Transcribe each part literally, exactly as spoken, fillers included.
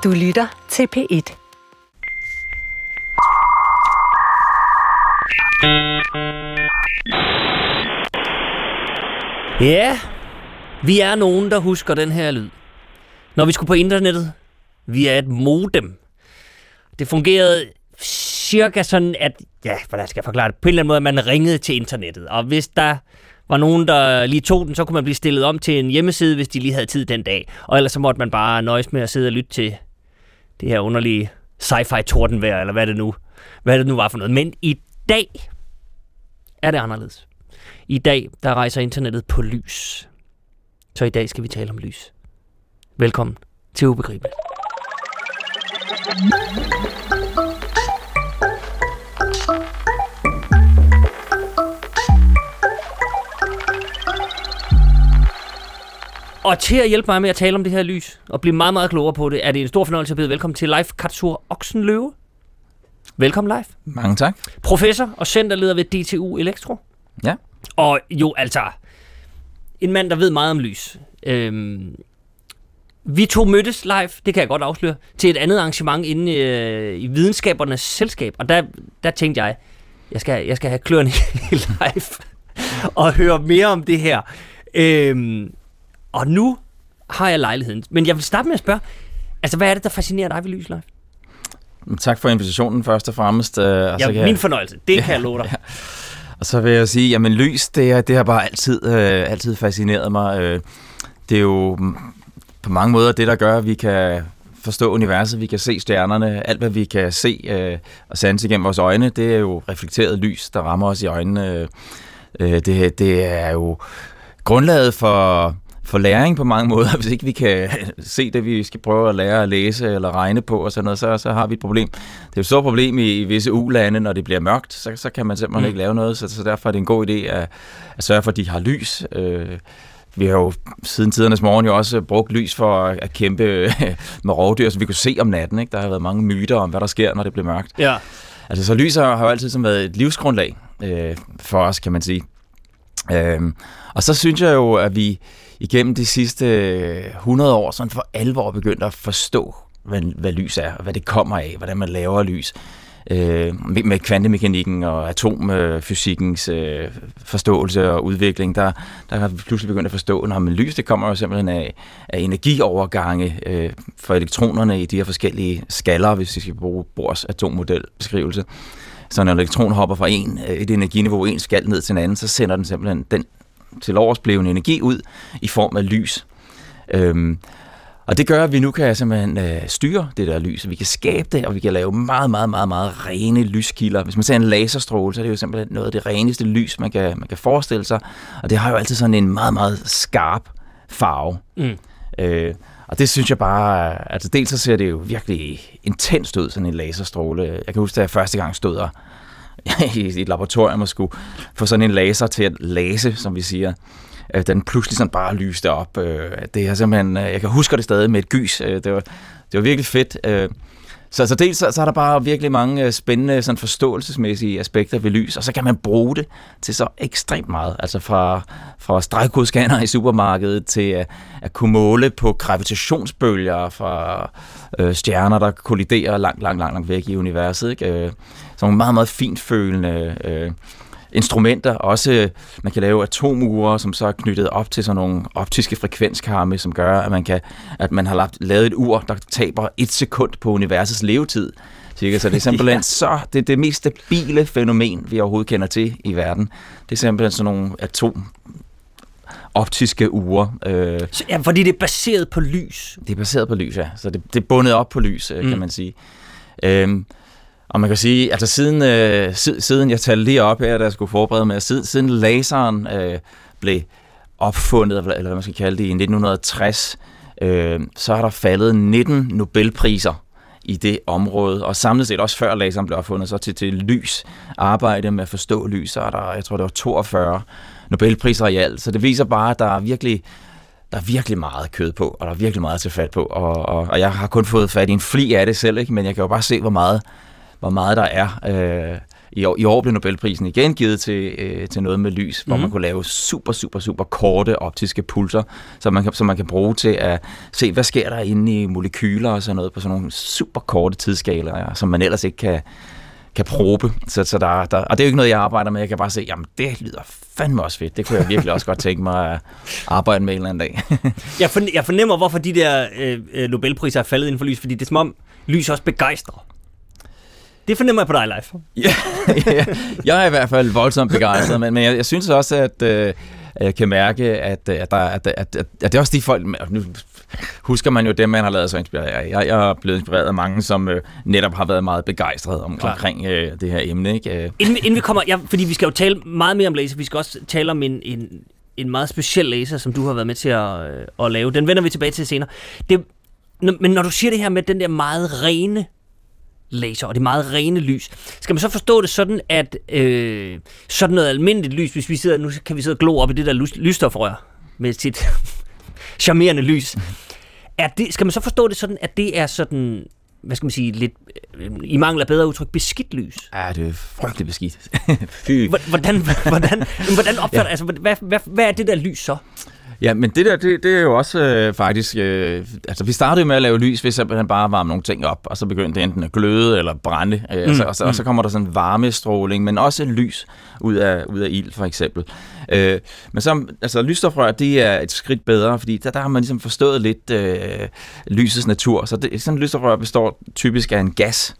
Du lytter til P et. Ja, vi er nogen, der husker den her lyd. Når vi skulle på internettet via et modem. Det fungerede cirka sådan, at, ja, hvordan skal jeg forklare det? På en eller anden måde, at man ringede til internettet. Og hvis der var nogen, der lige tog den, så kunne man blive stillet om til en hjemmeside, hvis de lige havde tid den dag. Og ellers så måtte man bare nøjes med at sidde og lytte til det her underlige sci-fi tordenvejr, eller hvad det nu, hvad det nu var for noget. Men i dag er det anderledes. I dag, der rejser internettet på lys. Så i dag skal vi tale om lys. Velkommen til Ubegribeligt. Og til at hjælpe mig med at tale om det her lys, og blive meget, meget klogere på det, er det en stor fornøjelse at byde velkommen til Leif Katzur Oksenløve. Velkommen, Leif. Mange tak. Professor og centerleder ved D T U Elektro. Ja. Og jo, altså, en mand, der ved meget om lys. Øhm, vi to mødtes live, det kan jeg godt afsløre, til et andet arrangement inde øh, i Videnskabernes Selskab. Og der, der tænkte jeg, jeg skal, jeg skal have kløerne i live og høre mere om det her. Øhm, og nu har jeg lejligheden. Men jeg vil starte med at spørge, altså hvad er det, der fascinerer dig ved lys, Leif? Tak for invitationen først og fremmest. Øh, og ja, så kan min jeg... fornøjelse, det kan ja, jeg love dig. Ja. Og så vil jeg sige, jamen lys, det, er, det har bare altid, øh, altid fascineret mig. Øh, det er jo på mange måder det, der gør, at vi kan forstå universet, vi kan se stjernerne, alt hvad vi kan se øh, og sanse igennem vores øjne, det er jo reflekteret lys, der rammer os i øjnene. Øh, det, det er jo grundlaget for... for læring på mange måder. Hvis ikke vi kan se det, vi skal prøve at lære at læse eller regne på og sådan noget, så, så har vi et problem. Det er jo et stort problem i, i visse u-lande, når det bliver mørkt, så, så kan man simpelthen mm. ikke lave noget, så, så derfor er det en god idé at, at sørge for, at de har lys. Øh, vi har jo siden tidernes morgen jo også brugt lys for at, at kæmpe med rovdyr, så vi kunne se om natten. Ikke? Der har været mange myter om, hvad der sker, når det bliver mørkt. Ja. Altså, så lys har jo altid som været et livsgrundlag øh, for os, kan man sige. Øh, og så synes jeg jo, at vi igennem de sidste hundrede år sådan for alvor begyndt at forstå, hvad, hvad lys er, og hvad det kommer af, hvordan man laver lys. Øh, med kvantemekanikken og atomfysikkens øh, forståelse og udvikling, der, der har vi pludselig begyndt at forstå, at lys det kommer jo simpelthen af, af energiovergange øh, for elektronerne i de her forskellige skaller, hvis vi skal bruge Bohrs atommodelbeskrivelse. Så når en elektron hopper fra en, et energiniveau, en skal ned til en anden, så sender den simpelthen den til oversblevende energi ud i form af lys. Øhm, og det gør, at vi nu kan simpelthen øh, styre det der lys, og vi kan skabe det, og vi kan lave meget, meget, meget, meget rene lyskilder. Hvis man ser en laserstråle, så er det jo simpelthen noget af det reneste lys, man kan, man kan forestille sig, og det har jo altid sådan en meget, meget skarp farve. Mm. Øh, og det synes jeg bare, altså dels så ser det jo virkelig intenst ud, sådan en laserstråle. Jeg kan huske, da jeg første gang stod der i et laboratorium og skulle få sådan en laser til at læse, som vi siger. Den pludselig sådan bare lyste op. Det er simpelthen, jeg kan huske det stadig med et gys. Det var, det var virkelig fedt. Så, så dels så, så er der bare virkelig mange spændende sådan forståelsesmæssige aspekter ved lys, og så kan man bruge det til så ekstremt meget. Altså fra, fra stregkodescanner i supermarkedet til at, at kunne måle på gravitationsbølger fra øh, stjerner, der kolliderer langt, langt, langt, langt væk i universet. Ikke? Øh, så nogle meget, meget fintfølende øh, instrumenter. Også man kan lave atomure, som så er knyttet op til sådan nogle optiske frekvenskarme, som gør, at man kan, at man har lavet et ur, der taber et sekund på universets levetid. Cirka. Så det er simpelthen ja. så det er det mest stabile fænomen, vi overhovedet kender til i verden. Det er simpelthen sådan nogle atom optiske ure. Øh. Så, ja, fordi det er baseret på lys. Det er baseret på lys, ja. Så det, det er bundet op på lys, mm. kan man sige. Øhm, Og man kan sige, altså siden, øh, siden jeg talte lige op her, da jeg skulle forberede mig, siden, siden laseren øh, blev opfundet, eller hvad man skal kalde det, i nitten tres, øh, så har der faldet nitten Nobelpriser i det område, og samlet set også før laseren blev opfundet, så til, til lys arbejde med at forstå lys, så er der, jeg tror det var toogfyrre Nobelpriser i alt, så det viser bare, at der er virkelig Der er virkelig meget kød på, og der er virkelig meget til fat på, og, og, og jeg har kun fået fat i en fli af det selv, ikke? Men jeg kan jo bare se, hvor meget hvor meget der er øh, i år, i år blev Nobelprisen igen givet til, øh, til noget med lys, hvor mm-hmm. man kunne lave super, super, super korte optiske pulser, som man, kan, som man kan bruge til at se, hvad sker der inde i molekyler og sådan noget på sådan nogle super korte tidsskalaer, ja, som man ellers ikke kan, kan probe. Så, så der, der, og det er jo ikke noget, jeg arbejder med. Jeg kan bare se, jamen det lyder fandme også fedt. Det kunne jeg virkelig også godt tænke mig at arbejde med en eller anden dag. jeg, fornem, jeg fornemmer, hvorfor de der øh, Nobelpriser er faldet inden for lys, fordi det er som om lys også begejstrer. Det fornemmer jeg på dig, Leif. Ja, ja, jeg er i hvert fald voldsomt begejstret, men, men jeg, jeg synes også, at øh, jeg kan mærke, at, at, der, at, at, at, at det er også de folk, nu husker man jo dem, man har lavet sig inspirere af. Jeg, jeg er blevet inspireret af mange, som øh, netop har været meget begejstret om, omkring øh, det her emne. Ikke? Inden, inden vi kommer, ja, fordi vi skal jo tale meget mere om laser, vi skal også tale om en, en, en meget speciel laser, som du har været med til at, øh, at lave. Den vender vi tilbage til senere. Det, men når du siger det her med den der meget rene laser, og det meget rene lys. Skal man så forstå det sådan, at øh, sådan noget almindeligt lys, hvis vi sidder, nu kan vi sidde og glo op i det der lys, lysstofrør med sit charmerende lys. Er det, skal man så forstå det sådan, at det er sådan, hvad skal man sige, lidt, øh, i mangel af bedre udtryk, beskidt lys? Ja, det er frygteligt beskidt. Fy. Hvordan, hvordan, hvordan opfatter, ja. altså, hvad, hvad, hvad er det der lys så? Ja, men det der, det, det er jo også øh, faktisk, øh, altså vi startede med at lave lys, hvis han bare varme nogle ting op, og så begyndte det enten at gløde eller brænde, øh, mm, altså, og, så, mm. og så kommer der sådan en varmestråling, men også lys ud af, ud af ild for eksempel. Øh, men så, altså lysstofrør, det er et skridt bedre, fordi der, der har man ligesom forstået lidt øh, lysets natur, så det, sådan en lysstofrør består typisk af en gas.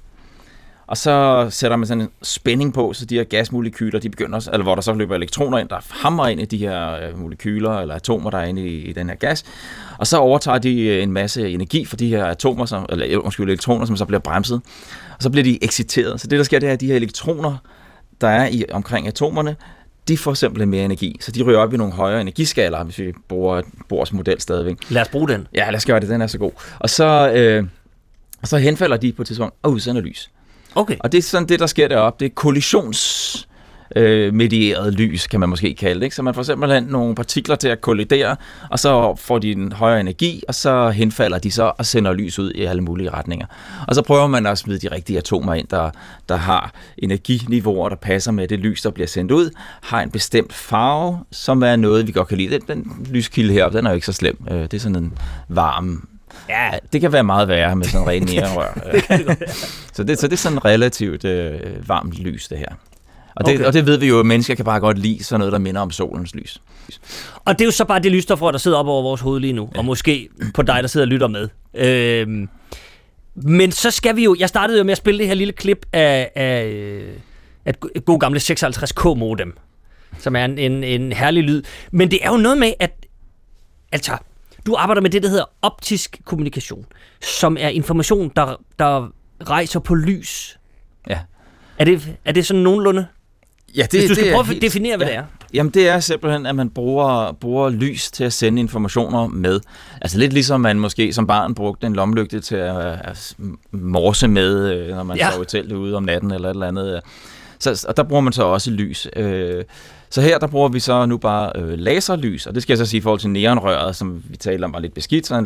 Og så sætter man sådan en spænding på, så de her gasmolekyler, de begynder også, eller hvor der så løber elektroner ind, der hamrer ind i de her molekyler eller atomer, der er inde i, i den her gas. Og så overtager de en masse energi for de her atomer, som, eller undskyld, elektroner, som så bliver bremset. Og så bliver de exciteret. Så det, der sker, det er, at de her elektroner, der er i, omkring atomerne, de får simpelthen mere energi. Så de ryger op i nogle højere energiskaler, hvis vi bruger Bohrs model stadigvæk. Lad os bruge den. Ja, lad os gøre det. Den er så god. Og så, øh, så henfalder de på et tidspunkt, åh, sådan er lys. Okay. Og det er sådan det, der sker deroppe. Det er kollisions øh, medieret lys, kan man måske kalde det. Ikke? Så man får simpelthen nogle partikler til at kollidere, og så får de en højere energi, og så henfalder de så og sender lys ud i alle mulige retninger. Og så prøver man at smide de rigtige atomer ind, der, der har energiniveauer, der passer med det lys, der bliver sendt ud, har en bestemt farve, som er noget, vi godt kan lide. Den, den lyskilde heroppe, den er jo ikke så slem. Det er sådan en varm... Ja, det kan være meget værre med sådan en ren neonrør. så, det, så det er sådan relativt øh, varmt lys, det her. Og det, okay. og det ved vi jo, at mennesker kan bare godt lide sådan noget, der minder om solens lys. Og det er jo så bare det lysstofrør, der sidder op over vores hoved lige nu, ja. Og måske på dig, der sidder og lytter med. Øhm, men så skal vi jo... Jeg startede jo med at spille det her lille klip af, af, af et god gamle seksoghalvtreds K modem, som er en, en, en herlig lyd. Men det er jo noget med, at... Altså... Du arbejder med det, der hedder optisk kommunikation, som er information, der, der rejser på lys. Ja. Er det, er det sådan nogenlunde? Ja, det, Hvis du skal det prøve at helt, definere, hvad ja. det er. Jamen, det er simpelthen, at man bruger, bruger lys til at sende informationer med. Altså lidt ligesom man måske som barn brugte en lommelygte til at, at morse med, når man ja. sov i teltet ude om natten eller et eller andet. Så, og der bruger man så også lys. Så her, der bruger vi så nu bare øh, laserlys, og det skal jeg så sige i forhold til neonrøret, som vi taler om var lidt beskidt, så en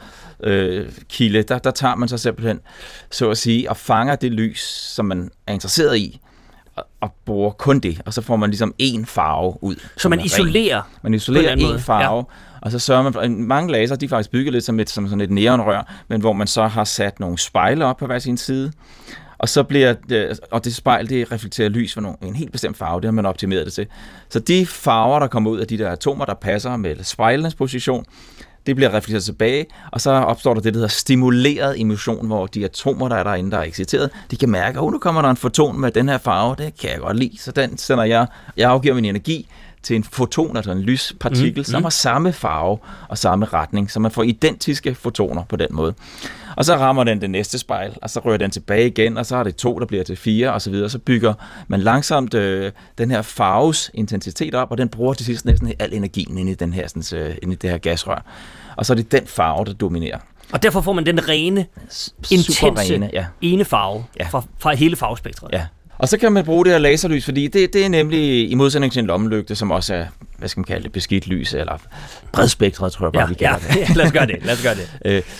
laserkilde, øh, der, der tager man så simpelthen, så at sige, og fanger det lys, som man er interesseret i, og, og bruger kun det, og så får man ligesom én farve ud. Så man isolerer? Ren. Man isolerer én farve, ja. Og så sørger man for, mange laser, de er faktisk bygget lidt som, et, som sådan et neonrør, men hvor man så har sat nogle spejle op på hver sin side, og så bliver det, og det spejl, det reflekterer lys for nogle, en helt bestemt farve, det har man optimeret det til. Så de farver, der kommer ud af de der atomer, der passer med spejlenes position, det bliver reflekteret tilbage, og så opstår der det, der hedder stimuleret emission, hvor de atomer, der er derinde, der er exciteret, de kan mærke, at oh, nu kommer der en foton med den her farve, det kan jeg godt lide, så den sender jeg, jeg afgiver min energi til en foton, altså en lyspartikel, mm, som mm. har samme farve og samme retning, så man får identiske fotoner på den måde. Og så rammer den det næste spejl, og så rører den tilbage igen, og så er det to, der bliver til fire, og så videre. Så bygger man langsomt øh, den her farves intensitet op, og den bruger til sidst næsten al energien ind i, den her, sådan, øh, ind i det her gasrør. Og så er det den farve, der dominerer. Og derfor får man den rene, intense, rene, ja. ene farve ja. fra, fra hele farvespektret. Ja. Og så kan man bruge det her laserlys, fordi det, det er nemlig i modsætning til en lommelygte, som også er, hvad skal man kalde det, beskidt lys, eller bredspektret, tror jeg bare, ja, vi kalder ja. det. lad os gøre det, lad os gøre det. øh,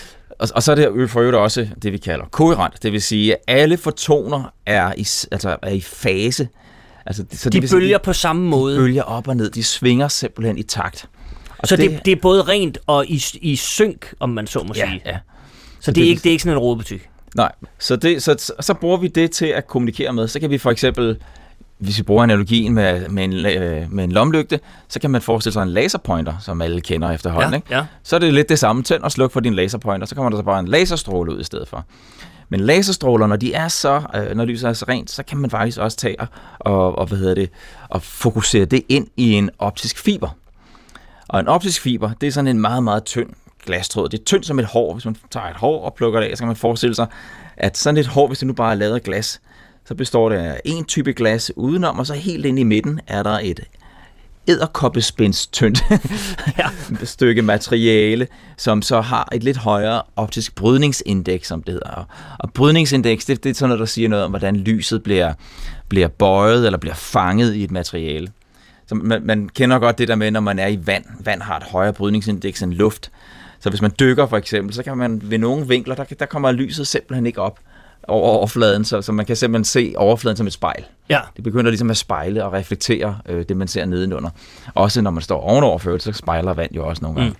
og, og så er det for øvrigt også det, vi kalder kohærent. Det vil sige, at alle fotoner er i, altså er i fase. Altså, så de det bølger sige, på samme måde. De bølger op og ned. De svinger simpelthen i takt. Og så det, det, det er både rent og i, i synk, om man så må ja, sige. Ja. Så, så det, det, er ikke, det er ikke sådan en rodebutik? Nej, så, det, så, så bruger vi det til at kommunikere med. Så kan vi for eksempel, hvis vi bruger analogien med, med, en, med en lommelygte, så kan man forestille sig en laserpointer, som alle kender efterhånden. Ja, ikke? ja. Så er det lidt det samme. Tænd og sluk for din laserpointer, så kommer der så bare en laserstråle ud i stedet for. Men laserstråler, når de er så, øh, når lyset er så rent, så kan man faktisk også tage og, og, hvad hedder det, og fokusere det ind i en optisk fiber. Og en optisk fiber, det er sådan en meget, meget tynd glastråd. Det er tyndt som et hår. Hvis man tager et hår og plukker det af, så kan man forestille sig, at sådan et hår, hvis det nu bare er lavet af glas, så består det af en type glas udenom, og så helt inde i midten er der et edderkoppespænds tyndt ja. stykke materiale, som så har et lidt højere optisk brydningsindeks, som det hedder. Og brydningsindeks, det, det er sådan noget, der siger noget om, hvordan lyset bliver, bliver bøjet eller bliver fanget i et materiale. Så man, man kender godt det der med, når man er i vand. Vand har et højere brydningsindeks end luft. Så hvis man dykker for eksempel, så kan man ved nogle vinkler, der, der kommer lyset simpelthen ikke op over overfladen, så, så man kan simpelthen se overfladen som et spejl. Ja. Det begynder ligesom at spejle og reflektere øh, det, man ser nedenunder. Også når man står ovenover ført, så spejler vand jo også nogle gange.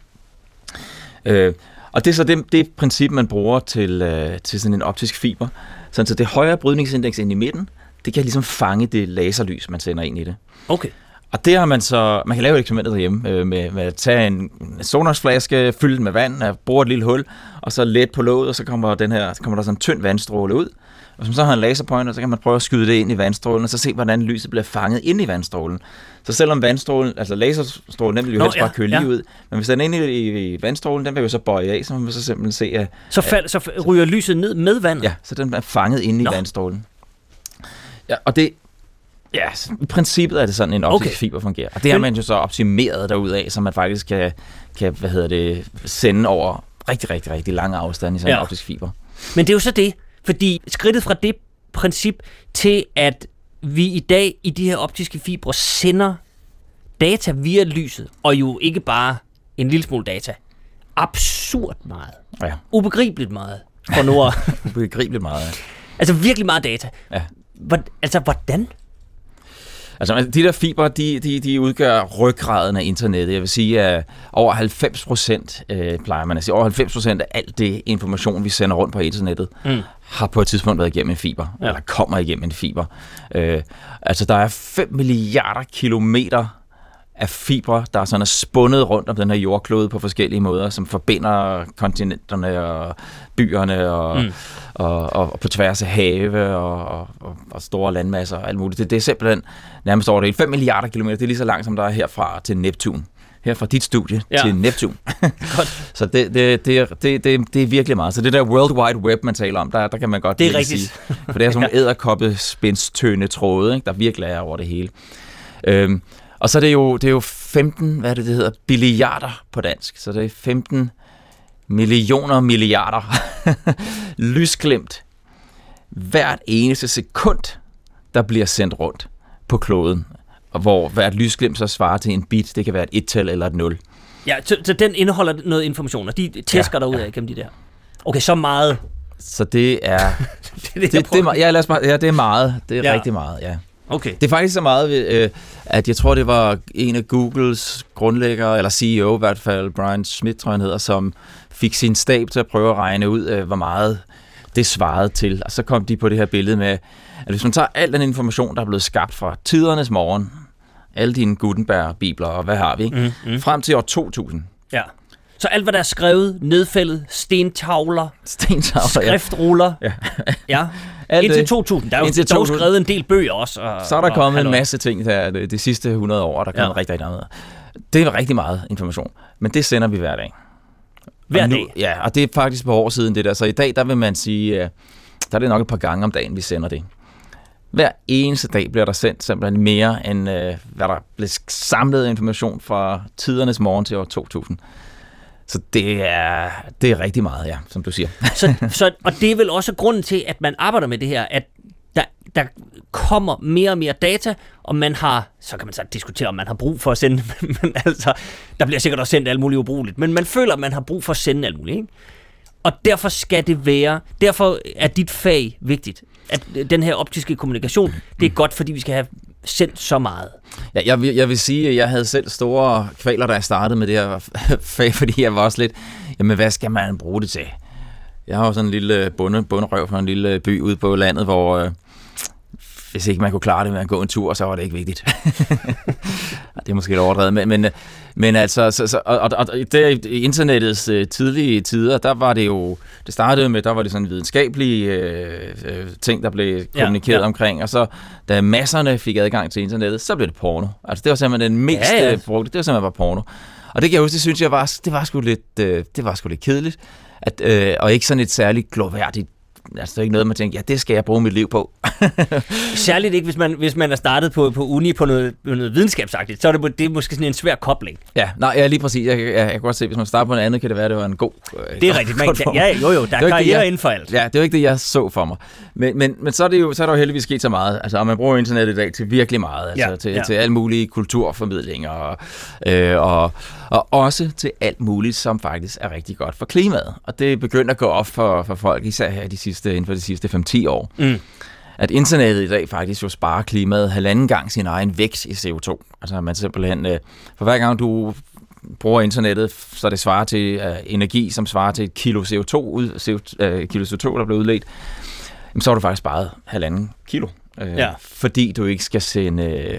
Mm. Øh, og det er så det, det princip, man bruger til, øh, til sådan en optisk fiber. Sådan, så det højere brydningsindeks ind i midten, det kan ligesom fange det laserlys, man sender ind i det. Okay. Og det har man så, man kan lave et eksperiment derhjemme øh, med, med at tage en sonosflaske, fylde den med vand, bore et lille hul, og så let på låget, og så kommer, den her, så kommer der sådan en tynd vandstråle ud. Og hvis man så har en laserpointer, så kan man prøve at skyde det ind i vandstrålen, og så se, hvordan lyset bliver fanget ind i vandstrålen. Så selvom vandstrålen, altså laserstrålen, den vil jo helst bare køre lige ja. ud, men hvis den er inde i, i vandstrålen, den vil jo så bøje af, så man vil så simpelthen se, at... Så, fald, så ryger lyset ned med vandet? Ja, så den er fanget inde i Nå. vandstrålen. Ja, og det... Ja, i princippet er det sådan, en optisk okay. fiber fungerer. Og det har man jo så optimeret derudaf, så man faktisk kan, kan hvad hedder det, sende over rigtig, rigtig, rigtig lange afstande i sådan ja. en optisk fiber. Men det er jo så det, fordi skridtet fra det princip til, at vi i dag i de her optiske fibre sender data via lyset, og jo ikke bare en lille smule data. Absurd meget. Ja. Ubegribeligt meget. For Nord. Ubegribeligt meget, ja. Altså virkelig meget data. Ja. Hvor, altså, hvordan? Altså, de der fiber, de, de, de udgør ryggraden af internettet. Jeg vil sige, at over halvfems procent, øh, plejer man at sige, over halvfems procent af alt det information, vi sender rundt på internettet, mm. har på et tidspunkt været igennem en fiber, ja. eller kommer igennem en fiber. Øh, altså, der er fem milliarder kilometer af fibre, der er sådan er spundet rundt om den her jordklode på forskellige måder, som forbinder kontinenterne og byerne og, mm. og, og, og på tværs af have og, og, og store landmasser og alt muligt. Det, det er simpelthen nærmest over det. fem milliarder kilometer, det er lige så langt, som der er herfra til Neptun. Her fra dit studie ja. til Neptun. Godt. Så det, det, det, det, det, det er virkelig meget. Så det der World Wide Web, man taler om, der, der kan man godt det er rigtigt. sige. For det er sådan nogle edderkoppespændstønde tråde, ikke, der virkelig er over det hele. Øhm, Og så er det jo, det er jo femten, hvad er det, det hedder, billiarder på dansk. Så det er femten millioner milliarder lysglimt hvert eneste sekund, der bliver sendt rundt på kloden. Og hvor hvert lysglimt så svarer til en bit. Det kan være et et-tal eller et nul. Ja, så, så den indeholder noget information, og de tæsker ja, derud af ja. gennem de der. Okay, så meget. Så det er... det, det, det, det, er, ja, lad os bare, ja, det er meget. Det er ja. rigtig meget, ja. Okay. Det er faktisk så meget, øh, at jeg tror, det var en af Googles grundlæggere, eller C E O i hvert fald, Brian Schmidt, tror jeg han hedder, som fik sin stab til at prøve at regne ud, øh, hvor meget det svarede til. Og så kom de på det her billede med, at hvis man tager al den information, der er blevet skabt fra tidernes morgen, alle dine Gutenberg-bibler, og hvad har vi, mm, mm. frem til år to tusind. Ja. Så alt, hvad der er skrevet, nedfældet, stentavler, stentavler skriftruller, ja. ja. Alt indtil to tusind. Der er jo dog to tusind skrevet en del bøger også. Og, så er der kommet en masse ting der de, de sidste hundrede år, der kommer ja. rigtig, rigtig meget. Det er rigtig meget information, men det sender vi hver dag. Hver nu, dag? Ja, og det er faktisk på år siden det der. Så i dag, der vil man sige, der er det nok et par gange om dagen, vi sender det. Hver eneste dag bliver der sendt simpelthen mere, end hvad der blev samlet information fra tidernes morgen til år to tusind. Så det er, det er rigtig meget, ja, som du siger. så, så, og det er vel også grunden til, at man arbejder med det her, at der, der kommer mere og mere data, og man har, så kan man så diskutere, om man har brug for at sende, men altså, der bliver sikkert også sendt alt muligt ubrugeligt, men man føler, at man har brug for at sende alt muligt, ikke? Og derfor skal det være, derfor er dit fag vigtigt. At den her optiske kommunikation, det er godt, fordi vi skal have sendt så meget. Ja, jeg, vil, jeg vil sige, at jeg havde selv store kvaler, da jeg startede med det her fag, fordi jeg var også lidt, jamen hvad skal man bruge det til? Jeg har jo sådan en lille bunde, bunderøv fra en lille by ude på landet, hvor øh, hvis ikke man kunne klare det med at gå en tur, så var det ikke vigtigt. Det er måske lidt overdrevet, men, men, men altså, så, så, og, og der i internettets øh, tidlige tider, der var det jo, det startede med, der var det sådan videnskabelige øh, øh, ting, der blev kommunikeret ja, ja. omkring, og så da masserne fik adgang til internettet, så blev det porno. Altså det var simpelthen den mest ja, ja. brugte, det var simpelthen bare porno. Og det kan jeg huske, det synes jeg var, det var sgu lidt, øh, det var sgu lidt kedeligt, at, øh, og ikke sådan et særligt gloværdigt. Altså, det er ikke noget, man tænker, ja, det skal jeg bruge mit liv på. Særligt ikke, hvis man, hvis man er startet på, på uni på noget, noget videnskabsagtigt, så er det, det er måske sådan en svær kobling. Ja, nej, ja, lige præcis. Jeg, jeg, jeg kan godt se, hvis man starter på noget andet, kan det være, det var en god... Øh, det er rigtigt. Man, ja, jo, jo, der er karriere inden for alt. Ja, det er jo ikke det, jeg så for mig. Men, men, men så, er det jo, så er der jo heldigvis sket så meget. Altså, og man bruger internet i dag til virkelig meget. Altså, ja, til, ja. til alle mulige kulturformidlinger og, øh, og, og også til alt muligt, som faktisk er rigtig godt for klimaet. Og det er begyndt at gå op for, for folk, især her de sidste, inden for de sidste fem til ti år. Mm. At internettet i dag faktisk jo sparer klimaet halvanden gang sin egen vægt i C O to. Altså man simpelthen, øh, for hver gang du bruger internettet, så det svarer til øh, energi, som svarer til et kilo C O to, ud, C O to, øh, kilo C O to, der bliver udledt, så har du faktisk sparet halvanden kilo. Øh, ja. Fordi du ikke skal sende øh,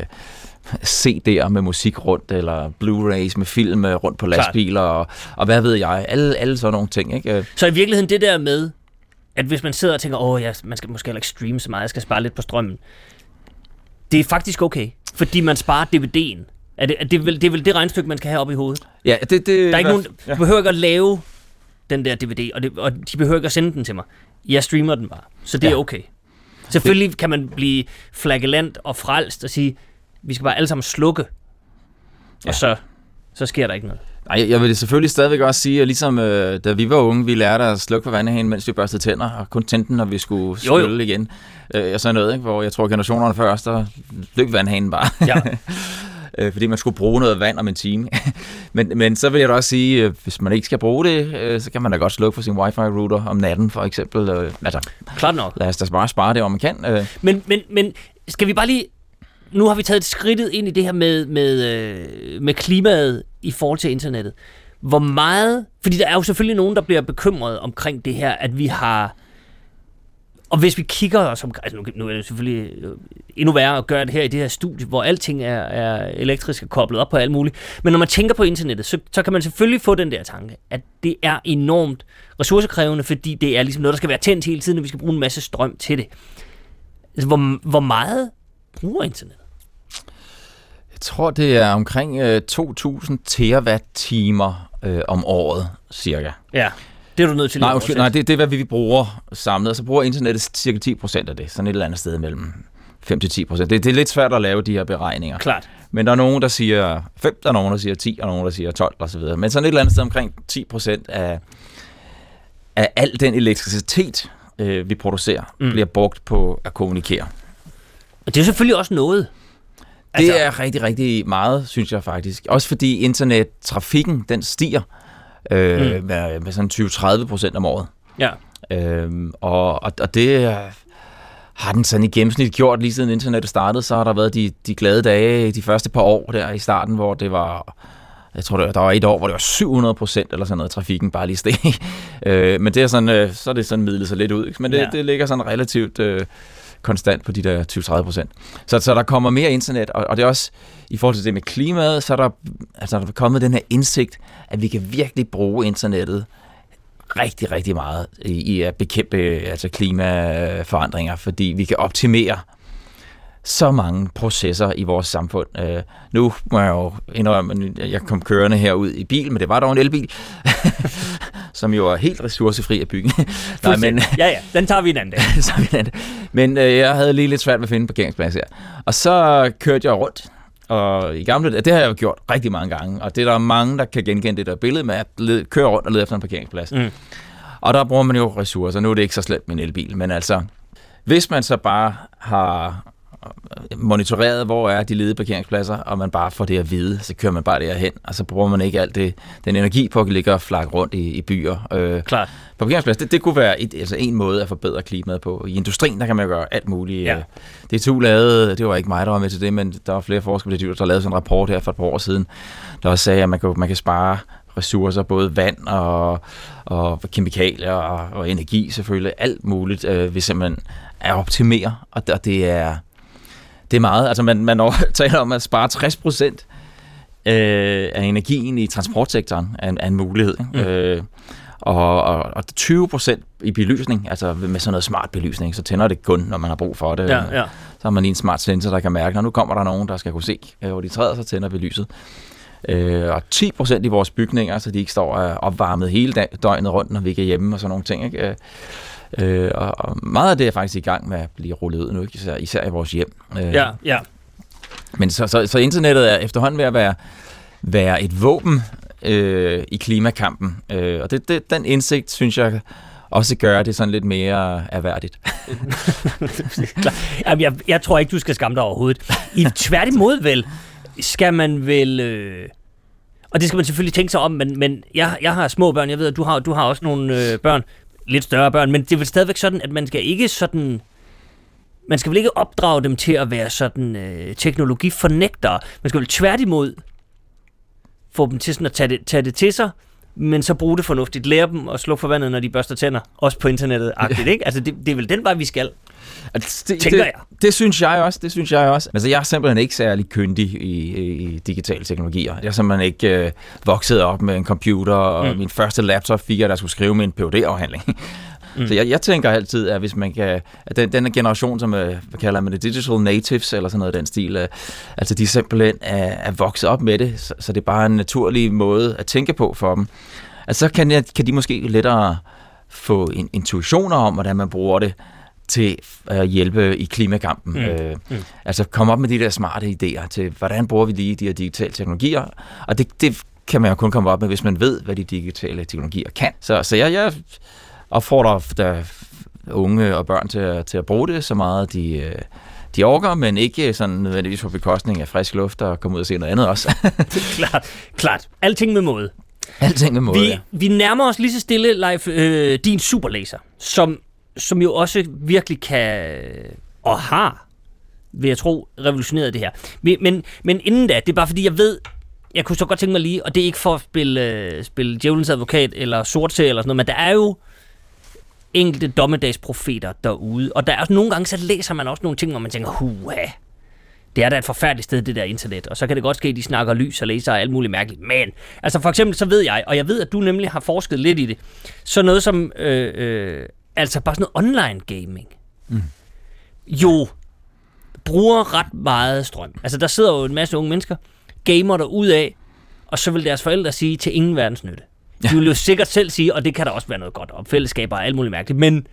C D'er med musik rundt, eller Blu-rays med film rundt på lastbiler, og, og hvad ved jeg, alle, alle sådan nogle ting. Ikke? Så i virkeligheden det der med, at hvis man sidder og tænker, åh, ja, man skal måske heller ikke streame så meget, jeg skal spare lidt på strømmen. Det er faktisk okay, fordi man sparer D V D'en. Er det, er det, vel, det er vel det regnestykke, man skal have op i hovedet? Ja, det... det der er ikke nogen, ja. Du behøver ikke at lave den der D V D, og, det, og de behøver ikke at sende den til mig. Jeg streamer den bare, så det ja. er okay. Selvfølgelig det... kan man blive flagellant og frelst og sige, vi skal bare alle sammen slukke, ja. og så, så sker der ikke noget. Nej, jeg vil selvfølgelig stadigvæk også sige, at ligesom øh, da vi var unge, vi lærte at slukke på vandhanen, mens vi børstede tænder, og kun tændte den, når vi skulle skylle igen. Øh, og sådan noget, ikke? Hvor jeg tror, generationerne før os, der løb vandhanen bare. Ja. øh, fordi man skulle bruge noget vand om en time. men, men så vil jeg da også sige, øh, hvis man ikke skal bruge det, øh, så kan man da godt slukke for sin wifi-router om natten, for eksempel. Øh, altså, klart nok. Lad os da bare spare det, hvor man kan. Øh. Men, men, men skal vi bare lige... Nu har vi taget skridtet ind i det her med, med, øh, med klimaet i forhold til internettet. Hvor meget... Fordi der er jo selvfølgelig nogen, der bliver bekymret omkring det her, at vi har... Og hvis vi kigger os om... Altså nu, nu er det selvfølgelig endnu værre at gøre det her i det her studie, hvor alting er, er elektrisk og koblet op på alt muligt. Men når man tænker på internettet, så, så kan man selvfølgelig få den der tanke, at det er enormt ressourcekrævende, fordi det er ligesom noget, der skal være tændt hele tiden, og vi skal bruge en masse strøm til det. Altså, hvor, hvor meget bruger internettet? Jeg tror, det er omkring øh, to tusind terawatt-timer øh, om året, cirka. Ja, det er du nødt til nej, okay, nej, det, det er, hvad vi bruger samlet. Og så bruger internettet cirka ti procent af det. Sådan et eller andet sted mellem fem til ti procent. Det, det er lidt svært at lave de her beregninger. Klart. Men der er nogen, der siger fem, der er nogen, der siger ti, og nogen, der siger tolv osv. Men sådan et eller andet sted omkring ti procent af, af al den elektricitet, øh, vi producerer, mm. bliver brugt på at kommunikere. Og det er selvfølgelig også noget. Det altså... er rigtig, rigtig meget, synes jeg faktisk. Også fordi internettrafikken, den stiger øh, mm. med, med sådan tyve til tredive procent om året. Ja. Øhm, og, og, og det har den sådan i gennemsnit gjort, lige siden internettet startede. Så har der været de, de glade dage de første par år der i starten, hvor det var... Jeg tror, der var et år, hvor det var syv hundrede procent eller sådan noget, trafikken bare lige steg. øh, men det er sådan, øh, så er det sådan midlet sig lidt ud. Ikke? Men det, ja. det ligger sådan relativt... Øh, konstant på de der tyve til tredive procent. Så, så der kommer mere internet, og, og det er også, i forhold til det med klimaet, så er der, altså, der er kommet den her indsigt, at vi kan virkelig bruge internettet rigtig, rigtig meget i, i at bekæmpe altså klimaforandringer, fordi vi kan optimere så mange processer i vores samfund. Uh, nu må jeg jo indrømme, at jeg kom kørende herud i bil, men det var dog en elbil, som jo er helt ressourcefri at bygge. Nej, men, ja, ja, den tager vi en anden dag. så vi en anden. Men uh, jeg havde lige lidt svært ved at finde en parkeringsplads her. Og så kørte jeg rundt, og i gamle, det har jeg jo gjort rigtig mange gange, og det er der mange, der kan genkende det der billede med at lede, køre rundt og lede efter en parkeringsplads. Mm. Og der bruger man jo ressourcer. Nu er det ikke så slemt med en elbil, men altså, hvis man så bare har monitoreret, hvor er de ledige parkeringspladser, og man bare får det at vide, så kører man bare derhen, og så bruger man ikke alt det, den energi på at ligge og flakke rundt i, i byer. Øh, Klart. Parkeringsplads, det, det kunne være et, altså en måde at forbedre klimaet på. I industrien, der kan man gøre alt muligt. Ja. D to lavede, det var ikke mig, der var med til det, men der var flere forskere, der lavede sådan en rapport her for et par år siden, der også sagde, at man kan, man kan spare ressourcer, både vand og, og kemikalier og, og energi selvfølgelig, alt muligt, øh, hvis man er optimere, og det er, det er meget. Altså man, man taler om at spare tres procent øh, af energien i transportsektoren er en, er en mulighed. Mm. Øh, og, og, og tyve procent i belysning, altså med sådan noget smart belysning, så tænder det kun, når man har brug for det. Ja, ja. Så har man lige en smart sensor, der kan mærke, når nu kommer der nogen, der skal kunne se, hvor de træder, så tænder vi lyset. Øh, og ti procent i vores bygninger, så de ikke står opvarmet hele døgnet rundt, når vi ikke er hjemme og sådan nogle ting. Ikke? Øh, og meget af det er faktisk i gang med at blive rullet ud nu, ikke? Især, især i vores hjem. Øh, ja, ja. Men så, så, så internettet er efterhånden ved at være, være et våben øh, i klimakampen. Øh, og det, det, den indsigt, synes jeg, også gør det sådan lidt mere erhverdigt. Jamen, jeg, jeg tror ikke, du skal skamme dig overhovedet. I tværtimod vel, skal man vel... Øh... Og det skal man selvfølgelig tænke sig om, men, men jeg, jeg har små børn, jeg ved, at du har, du har også nogle øh, børn, lidt større børn, men det er vel stadigvæk sådan, at man skal ikke sådan... Man skal vel ikke opdrage dem til at være sådan øh, teknologifornægtere. Man skal vel tværtimod få dem til sådan at tage det, tage det til sig, men så bruge det fornuftigt. Lære dem at slukke for vandet, når de børster tænder. Også på internettet-agtigt, ikke? Altså, det, det er vel den vej, vi skal. Det, tænker det, jeg. Det synes jeg også, det synes jeg også. Altså, jeg er simpelthen ikke særlig kyndig i, i digitale teknologier. Jeg er simpelthen ikke øh, vokset op med en computer, og mm. min første laptop fik jeg, der skulle skrive min P H D-afhandling. Mm. Så jeg, jeg tænker altid, at hvis man kan, at den, den generation, som hvad kalder man det, digital natives, eller sådan noget af den stil, øh, altså de simpelthen er, er vokset op med det, så, så det er bare en naturlig måde at tænke på for dem. Altså så kan, kan de måske lettere få en intuitioner om, hvordan man bruger det til at hjælpe i klimakampen. Mm. Øh, mm. Altså komme op med de der smarte idéer til, hvordan bruger vi lige de her digitale teknologier, og det, det kan man jo kun komme op med, hvis man ved, hvad de digitale teknologier kan. Så, så jeg, jeg opfordrer der unge og børn til at, til at bruge det så meget, de, de orker, men ikke sådan nødvendigvis på bekostning af frisk luft og komme ud og se noget andet også. klart, klart. Alting med måde. Alting med måde, vi, ja. Vi nærmer os lige så stille, Leif, øh, din superlaser, som, som jo også virkelig kan, og har, vil jeg tro, revolutioneret det her. Men, men inden da, det er bare fordi, jeg ved, jeg kunne så godt tænke mig lige, og det er ikke for at spille, spille djævelens advokat eller sortserie eller sådan noget, men der er jo enkelte dommedagsprofeter derude, og der er også nogle gange, så læser man også nogle ting, hvor man tænker, huha, det er da et forfærdeligt sted, det der internet, og så kan det godt ske, at de snakker lys og læser og alt muligt mærkeligt, men, altså for eksempel, så ved jeg, og jeg ved, at du nemlig har forsket lidt i det, så noget som, øh, øh, altså bare sådan noget online gaming, mm. jo bruger ret meget strøm. Altså der sidder jo en masse unge mennesker, gamer der ud af, og så vil deres forældre sige til ingen verdens nytte. De vil jo sikkert selv sige, og det kan der også være noget godt om, fællesskaber og alt muligt mærkeligt, men,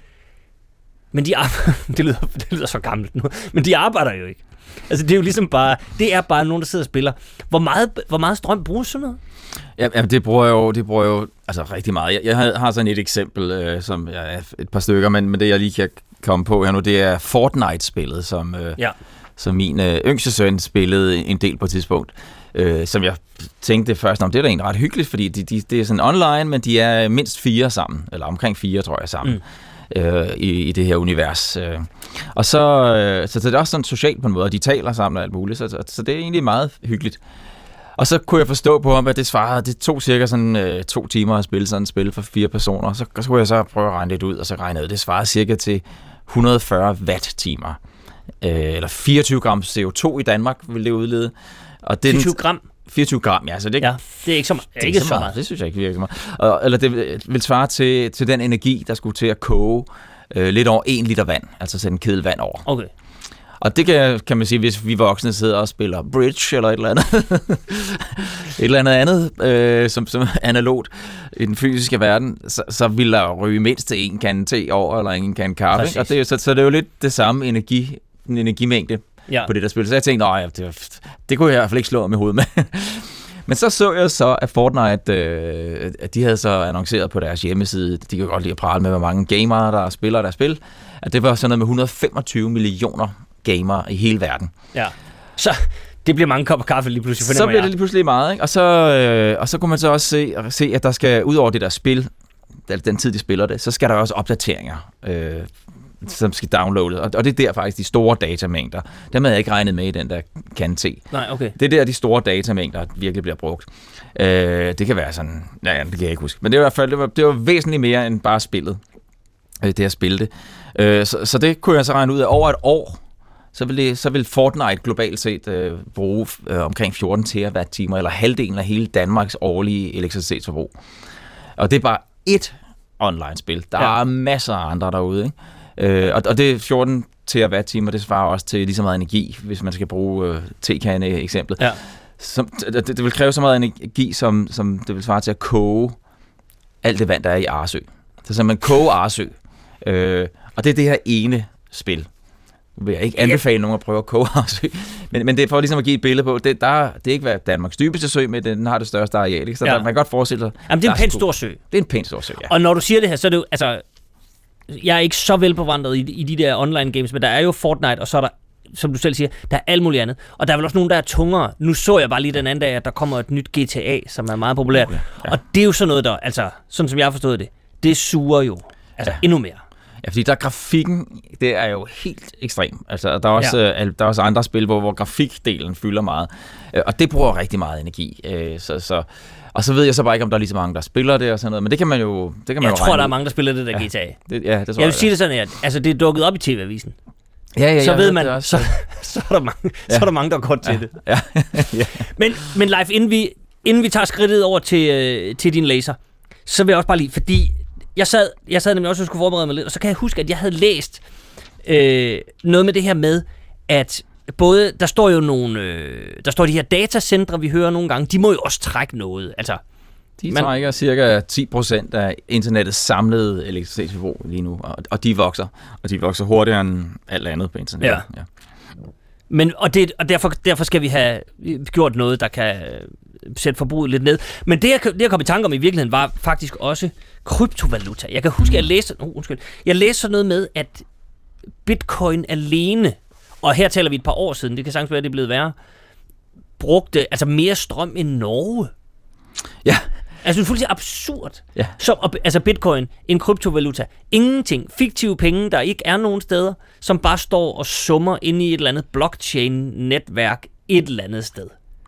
men de arbejder, det lyder, det lyder så gammelt nu, men de arbejder jo ikke. Altså det er jo ligesom bare, det er bare nogen, der sidder og spiller. Hvor meget, hvor meget strøm bruges sådan noget? Ja, jamen det bruger jeg jo, det bruger jeg jo altså rigtig meget. Jeg, jeg har sådan et eksempel, øh, som ja, et par stykker, men, men det jeg lige kan komme på her nu, det er Fortnite-spillet, som, øh, ja. som min øh, yngste søn spillede en del på et tidspunkt. Øh, som jeg tænkte først, om det er da egentlig ret hyggeligt, fordi de, de, det er sådan online, men de er mindst fire sammen, eller omkring fire, tror jeg, sammen mm. øh, i, i det her univers. Øh. Og så, øh, så det er også sådan socialt på en måde, og de taler sammen og alt muligt, så, så, så det er egentlig meget hyggeligt. Og så kunne jeg forstå på ham, at det svarede, det tog cirka sådan øh, to timer at spille sådan et spil for fire personer, så, så skulle jeg så prøve at regne lidt ud, og så regne ud, det svarede cirka til et hundrede og fyrre watt-timer, øh, eller fireogtyve gram C O to i Danmark ville det udlede. Og det fireogtyve gram? fireogtyve gram, ja. Så det, ja, det er ikke så meget. Det er ikke så meget. Det synes jeg ikke virker så meget. Og, eller det vil svare til, til den energi, der skulle til at koge øh, lidt over en liter vand. Altså sætte en kedel vand over. Okay. Og det kan, kan man sige, hvis vi voksne sidder og spiller bridge eller et eller andet. et eller andet andet, øh, som, som analogt i den fysiske verden, så, så vil der ryge mindst en kande te over, eller en kande kaffe. Og det, så, så det er jo lidt det samme energi, en energimængde. Ja. På det der spil. Så jeg tænkte, nej, det, det kunne jeg i hvert fald ikke slå med hovedet med. Men så så jeg så, at Fortnite, øh, at de havde så annonceret på deres hjemmeside, de kan godt lide at prale med, hvor mange gamere, der spiller deres spil, at det var sådan noget med et hundrede og femogtyve millioner gamere i hele verden. Ja, så det bliver mange kopper kaffe lige pludselig. Så bliver jeg. det lige pludselig meget, ikke? Og så, øh, og så kunne man så også se, se, at der skal, ud over det der spil, den tid, de spiller det, så skal der også opdateringer, øh, som skal downloades. Og, og det er der faktisk de store datamængder. Dem havde jeg ikke regnet med i den der kan te. Nej, okay. Det er der, de store datamængder virkelig bliver brugt. Øh, det kan være sådan, ja, ja, det kan jeg ikke huske. Men det var i hvert fald, det var, det var væsentligt mere end bare spillet. Øh, det at spille det. Øh, så, så det kunne jeg så regne ud af over et år. Så vil, det, så vil Fortnite globalt set øh, bruge øh, omkring fjorten terawatt-timer, eller halvdelen af hele Danmarks årlige elektricitetsforbrug. Og det er bare ét online-spil. Der ja. er masser af andre derude, ikke? Øh, og, og det er fjorten terawatt-timer, det svarer også til lige så meget energi, hvis man skal bruge øh, tekande-eksemplet. Ja. Som, det, det vil kræve så meget energi, som, som det vil svare til at koge alt det vand, der er i Arsø. Så simpelthen koge Arsø. Øh, og det er det her ene spil. Nu vil jeg ikke anbefale nogen at prøve at koge Arsø, men, men det er for ligesom at give et billede på, det, der, det er ikke hvad Danmarks dybeste sø, men den har det største areal, ikke? Så ja. der, man kan godt forestille sig. Jamen, det er en pænt stor sø. Det er en pænt stor sø, ja. Og når du siger det her, så er det jo, altså, jeg er ikke så velbevandret i, i de der online games, men der er jo Fortnite, og så er der, som du selv siger, der er alt muligt andet. Og der er vel også nogen, der er tungere. Nu så jeg bare lige den anden dag, at der kommer et nyt G T A, som er meget populært. Okay, ja. Og det er jo sådan noget, der, altså, sådan som jeg har forstået det, det suger jo altså ja. endnu mere. Ja, fordi der grafikken, det er jo helt ekstrem. Altså, der er også, ja. øh, der er også andre spil, hvor, hvor grafikdelen fylder meget. Øh, og det bruger rigtig meget energi. Øh, så, så, og så ved jeg så bare ikke, om der er lige så mange, der spiller det og sådan noget. Men det kan man jo det kan man Jeg jo tror, der er mange, der spiller det der ja. G T A. Det, ja, det tror jeg vil sige det sådan her. Altså, det er dukket op i T V-avisen. Ja, ja, så ved ved man, også, så, så, er der mange, ja. så er der mange, der går til ja. det. Ja. ja. Men, men Leif, inden vi, inden vi tager skridtet over til, øh, til din læser, så vil jeg også bare lige, fordi jeg sad, jeg sad nemlig også og skulle forberede mig lidt, og så kan jeg huske, at jeg havde læst øh, noget med det her med, at både, der står jo nogle, øh, der står de her datacentre, vi hører nogle gange, de må jo også trække noget, altså. De man, trækker cirka ti procent af internettets samlede elektricitetsforbrug lige nu, og, og de vokser, og de vokser hurtigere end alt andet på internettet. Ja. Ja. Men, og det, og derfor, derfor skal vi have gjort noget, der kan sætte forbruget lidt ned. Men det, jeg, det, jeg kom i tanke om i virkeligheden, var faktisk også kryptovaluta. Jeg kan huske, at jeg læste, oh, undskyld, jeg læste sådan noget med, at bitcoin alene, og her taler vi et par år siden, det kan sagtens være, at det er blevet værre, brugte altså mere strøm end Norge. Ja. Altså det er fuldstændig absurd. Ja. Så, altså bitcoin, en kryptovaluta, ingenting, fiktive penge, der ikke er nogen steder, som bare står og summer inde i et eller andet blockchain-netværk et eller andet sted.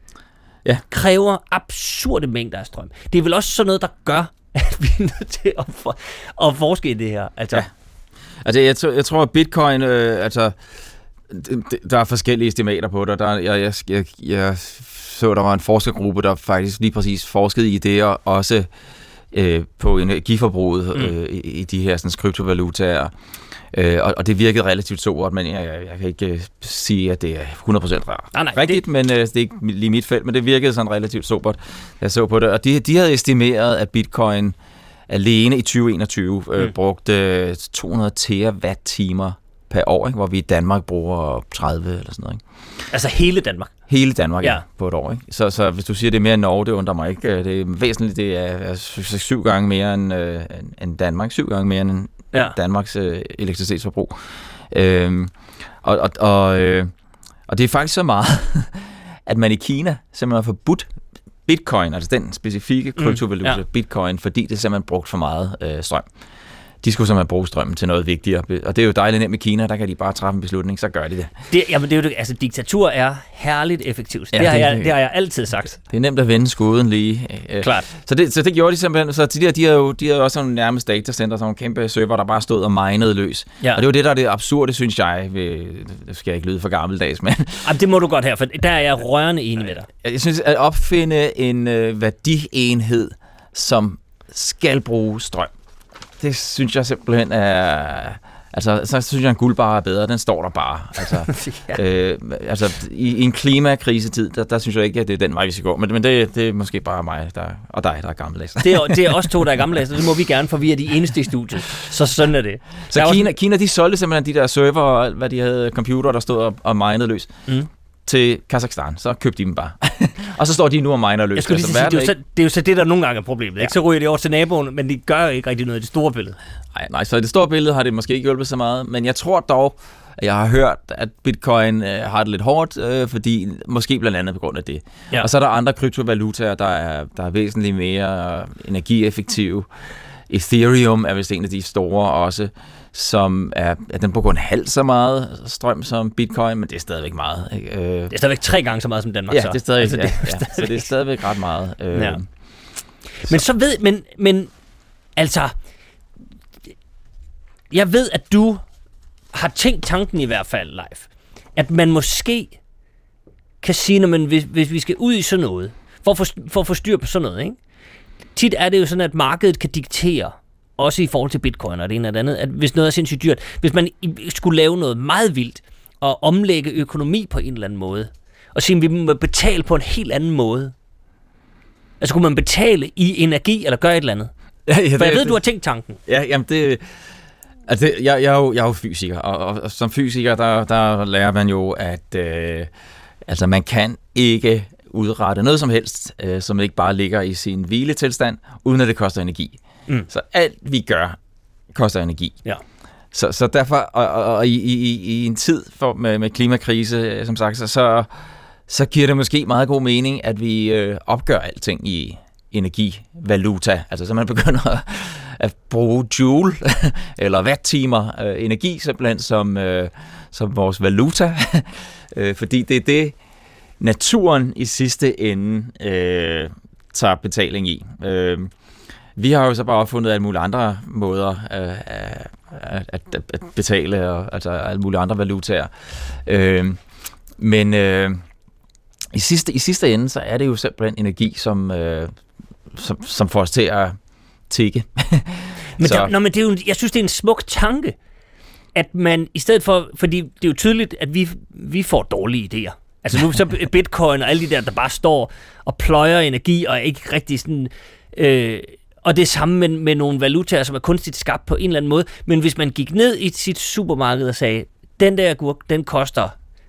Ja. Kræver absurde mængder af strøm. Det er vel også sådan noget, der gør, at vi er nødt til at, for, at forske i det her. Altså, ja. altså jeg, t- jeg tror, at bitcoin, øh, altså, d- d- der er forskellige estimater på det. Der, jeg, jeg, jeg, jeg så, der var en forskergruppe, der faktisk lige præcis forskede i det, og også øh, på energiforbruget øh, mm. i, i de her sådan, kryptovalutaer. Øh, og, og det virkede relativt sobert, men jeg, jeg, jeg kan ikke uh, sige, at det er hundrede procent nej, nej, rigtigt, det... men uh, det er ikke lige mit felt, men det virkede sådan relativt sobert, jeg så på det. Og de, de havde estimeret, at bitcoin alene i tyve enogtyve mm. øh, brugte to hundrede terawatt-timer per år, ikke? Hvor vi i Danmark bruger tredive eller sådan noget. Ikke? Altså hele Danmark? Hele Danmark, ja, ja på et år. Ikke? Så, så hvis du siger, det er mere end Norge, det undrer mig ikke. Det er væsentligt, det er, er syv gange mere end, øh, end Danmark, syv gange mere end ja. Danmarks øh, elektricitetsforbrug. Øhm, og, og, og, øh, og det er faktisk så meget, at man i Kina simpelthen har forbudt bitcoin, altså den specifikke kryptovaluta, mm, ja. bitcoin, fordi det simpelthen brugt for meget øh, strøm. De skulle simpelthen bruge strømmen til noget vigtigere. Og det er jo dejligt nemt med Kina, der kan de bare træffe en beslutning, så gør de det. det jamen det er jo det, altså diktatur er herligt effektivt. Ja, det, har jeg, det har jeg altid sagt. Det er nemt at vende skuden lige. Klart. Så det, så det gjorde de simpelthen. Så de der, de havde jo, de havde også sådan nærmest datacenter, sådan nogle kæmpe server, der bare stod og minede løs. Ja. Og det var det, der er det absurde, synes jeg. Det skal jeg ikke lyde for gammeldags, men... Jamen, det må du godt her, for der er jeg rørende enig med dig. Jeg synes, at opfinde en øh, værdienhed, som skal bruge strøm, det synes jeg simpelthen er... Altså, så synes jeg, at en guldbar er bedre. Den står der bare. Altså, ja. øh, altså i, i en klimakrisetid, der, der synes jeg ikke, at det er den vej, vi skal gå. Men, men det, det er måske bare mig der, og dig, der er gammeldags. Det er, det er også to, der er gammeldags, og det må vi gerne, for vi er de eneste i studiet. Så sådan er det. Så Kina, også... Kina, de solgte simpelthen de der server og alt, hvad de havde, computer, der stod og, og minede løs. Mm. til Kazakhstan, så købte de dem bare. Og så står de nu og miner løs. Jeg skulle lige altså, sige, det, er så, det er jo så det, der nogle gange er problemet. Ja. Ikke? Så ryger de over til naboen, men de gør jo ikke rigtig noget i det store billede. Nej, nej, så i det store billede har det måske ikke hjulpet så meget, men jeg tror dog, at jeg har hørt, at Bitcoin øh, har det lidt hårdt, øh, fordi måske blandt andet på grund af det. Ja. Og så er der andre kryptovalutaer, der er, der er væsentligt mere energieffektive. Ethereum er vist en af de store også, som er, at den bruger en halv så meget strøm som Bitcoin, men det er stadigvæk meget. Ikke? Øh, det er stadigvæk tre gange så meget som Danmark. Ja, så. det er stadig, altså, ja, det, ja, ja. Så det er stadigvæk ret meget. Øh, ja. Men så ved, men, men altså, jeg ved, at du har tænkt tanken i hvert fald, Leif, at man måske kan sige, når man, hvis, hvis vi skal ud i sådan noget, for at, få, for at få styr på sådan noget, ikke? Tit er det jo sådan, at markedet kan diktere, også i forhold til bitcoin og det ene og det andet, at hvis noget er sindssygt dyrt, hvis man skulle lave noget meget vildt, og omlægge økonomi på en eller anden måde, og sige, at vi må betale på en helt anden måde, altså kunne man betale i energi, eller gøre et eller andet? Ja, ja, for jeg det, ved, det, du har tænkt tanken. Ja, jamen det... Altså, det, jeg, jeg, er jo, jeg er jo fysiker, og, og, og som fysiker, der, der lærer man jo, at øh, altså, man kan ikke udrette noget som helst, øh, som ikke bare ligger i sin hviletilstand, uden at det koster energi. Mm. Så alt vi gør, koster energi. Ja. Så, så derfor, og, og, og i, i, i en tid for, med, med klimakrise, som sagt, så, så, så giver det måske meget god mening, at vi øh, opgør alting i energivaluta. Altså så man begynder at, at bruge joule eller watt-timer øh, energi simpelthen som, øh, som vores valuta. øh, fordi det er det, naturen i sidste ende øh, tager betaling i. Øh, vi har jo så bare opfundet alle mulige andre måder øh, at, at, at betale, og, altså alle mulige andre valutaer. Øh, men øh, i, sidste, i sidste ende, så er det jo simpelthen energi, som, øh, som, som får os til at tikke. men, der, nå, men det er jo, jeg synes, det er en smuk tanke, at man i stedet for, fordi det er jo tydeligt, at vi, vi får dårlige idéer. Altså nu så bitcoin og alle de der, der bare står og pløjer energi, og ikke rigtig sådan... Øh, og det samme med, med nogle valutaer, som er kunstigt skabt på en eller anden måde. Men hvis man gik ned i sit supermarked og sagde, den der agurk, den koster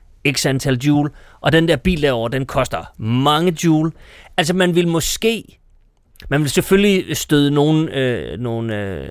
x antal joule, og den der bil derovre, den koster mange joule. Altså man vil måske... Man vil selvfølgelig støde nogle, øh, nogle, øh,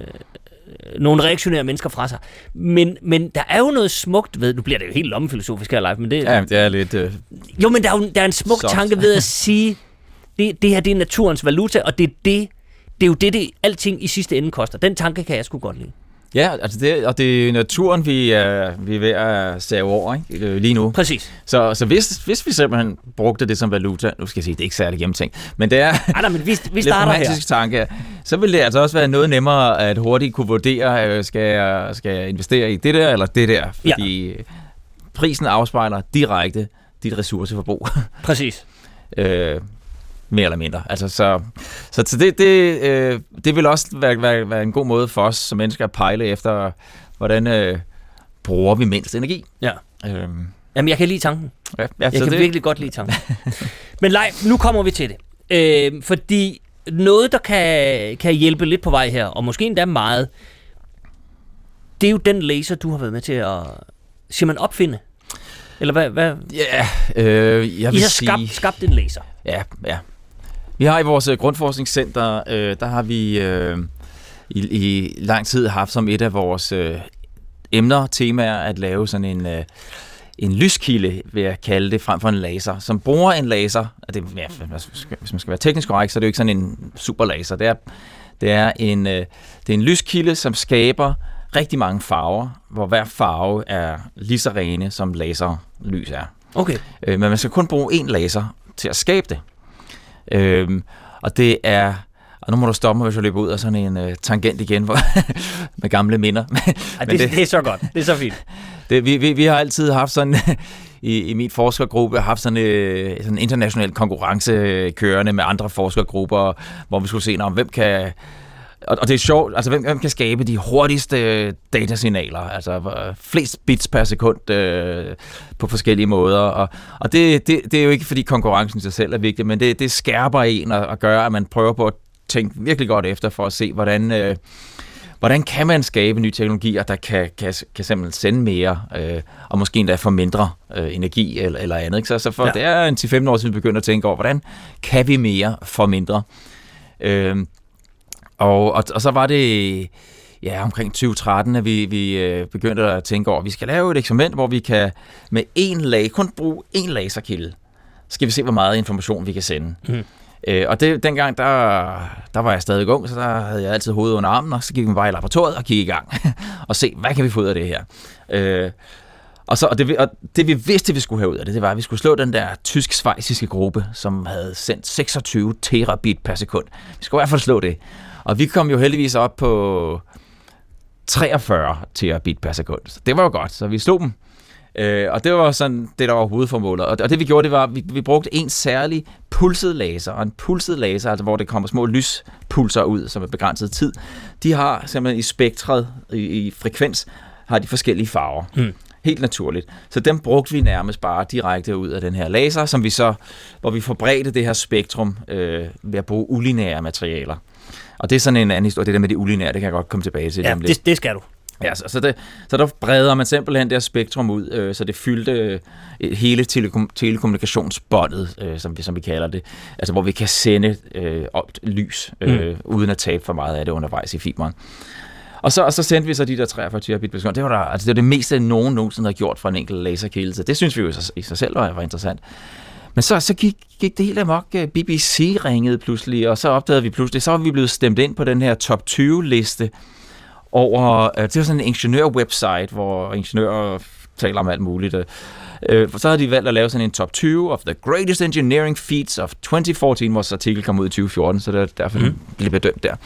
nogle reaktionære mennesker fra sig. Men, men der er jo noget smukt ved... Nu bliver det jo helt lommefilosofisk her live, men det... Ja, det er lidt... Øh, jo, men der er jo der er en smuk soft. tanke ved at sige, det, det her det er naturens valuta, og det er det, det er jo det, det alting i sidste ende koster. Den tanke kan jeg sgu godt lide. Ja, altså det, og det er naturen, vi er, vi er ved at save over, ikke? Lige nu. Præcis. Så, så hvis, hvis vi simpelthen brugte det som valuta, nu skal jeg sige, det er ikke særlig gennemtænkt, men det er Ej, nej, men vi, vi lidt romantisk tanke, så vil det altså også være noget nemmere at hurtigt kunne vurdere, skal jeg, skal jeg investere i det der eller det der, fordi ja. Prisen afspejler direkte dit ressourceforbrug. Præcis. øh, mere eller mindre. Altså, så så det, det, øh, det vil også være, være, være en god måde for os som mennesker at pejle efter, hvordan øh, bruger vi mindst energi. Ja. Øhm. Jamen, jeg kan lide tanken. Ja, ja, jeg kan det... virkelig godt lide tanken. Men Leif, nu kommer vi til det. Øh, fordi noget, der kan, kan hjælpe lidt på vej her, og måske endda meget, det er jo den laser, du har været med til at, siger man, opfinde? Eller hvad? hvad? Ja, øh, jeg vil I har sige... skabt, skabt en laser. Ja, ja. Vi har i vores grundforskningscenter, øh, der har vi øh, i, i lang tid haft som et af vores øh, emner, temaer, at lave sådan en, øh, en lyskilde, vil jeg kalde det, frem for en laser, som bruger en laser, og det, ja, hvis man skal være teknisk korrekt, så er det jo ikke sådan en superlaser. Det er, det er, en, øh, det er en lyskilde, som skaber rigtig mange farver, hvor hver farve er lige så rene, som laserlys er. Okay. Øh, men man skal kun bruge én laser til at skabe det. Øhm, og det er, og nu må du stoppe mig, hvis jeg løber ud af sådan en uh, tangent igen hvor, med gamle minder. Ej, det, det, det er så godt, det er så fint. Det, vi, vi, vi har altid haft sådan, i, i min forskergruppe, haft sådan en sådan international konkurrence kørende med andre forskergrupper, hvor vi skulle se, om hvem kan, og, og det er sjovt, altså hvem, hvem kan skabe de hurtigste datasignaler, altså flest bits per sekund øh, på forskellige måder, og, og det, det, det er jo ikke, fordi konkurrencen i sig selv er vigtig, men det, det skærper en og, og gør, at man prøver på at tænke virkelig godt efter for at se, hvordan, øh, hvordan kan man skabe nye teknologier, der kan, kan, kan simpelthen sende mere, øh, og måske endda få mindre øh, energi eller, eller andet. Ikke? Så, så for, ja. det er en til femten år siden, vi begynder at tænke over, hvordan kan vi mere for mindre? Øh, og, og, og så var det ja, omkring tyve tretten, at vi, vi øh, begyndte at tænke over, at vi skal lave et eksperiment, hvor vi kan med én lag, kun bruge én laserkilde, så skal vi se, hvor meget information vi kan sende. Mm. Øh, og det, dengang, der, der var jeg stadig ung, så der havde jeg altid hovedet under armen, og så gik vi bare i laboratoriet og kiggede i gang, og se, hvad kan vi få ud af det her? Øh, og, så, og, det, og det vi vidste, vi skulle have ud af det, det var, at vi skulle slå den der tysk-schweiziske gruppe, som havde sendt seksogtyve terabit per sekund. Vi skulle i hvert fald slå det. Og vi kom jo heldigvis op på treogfyrre terabit per sekund. Så det var jo godt, så vi slog dem. Øh, og det var sådan det, der var hovedformålet. Og, og det vi gjorde, det var, at vi, vi brugte en særlig pulset laser. Og en pulset laser, altså hvor det kommer små lyspulser ud, som er begrænset tid, de har simpelthen i spektret, i, i frekvens, har de forskellige farver. Mm. Helt naturligt. Så dem brugte vi nærmest bare direkte ud af den her laser, som vi så, hvor vi forbredte det her spektrum øh, ved at bruge ulineære materialer. Og det er sådan en anden historie, det der med det ulineære, det kan jeg godt komme tilbage til. Ja, det, det skal du. Ja, så, så, det, så der breder man simpelthen det her spektrum ud, øh, så det fyldte øh, hele telekom- telekommunikationsbåndet, øh, som, vi, som vi kalder det, altså hvor vi kan sende øh, op lys, øh, mm. uden at tabe for meget af det undervejs i fiberen. Og så, og så sendte vi så de der treogfyrre terabit per sekund. Det var, der, altså det var det meste, nogen nogensinde havde gjort fra en enkelt laserkilde, så det synes vi jo i sig selv var, var interessant. Men så, så gik, gik det helt amok. B B C ringede pludselig, og så opdagede vi pludselig, så var vi blevet stemt ind på den her top tyve-liste over, det var sådan en ingeniør-website, hvor ingeniører taler om alt muligt. Så havde de valgt at lave sådan en top tyve of the greatest engineering feats of tyve fjorten, vores artikel kom ud i tyve fjorten, så det er derfor, mm. den blev bedømt der.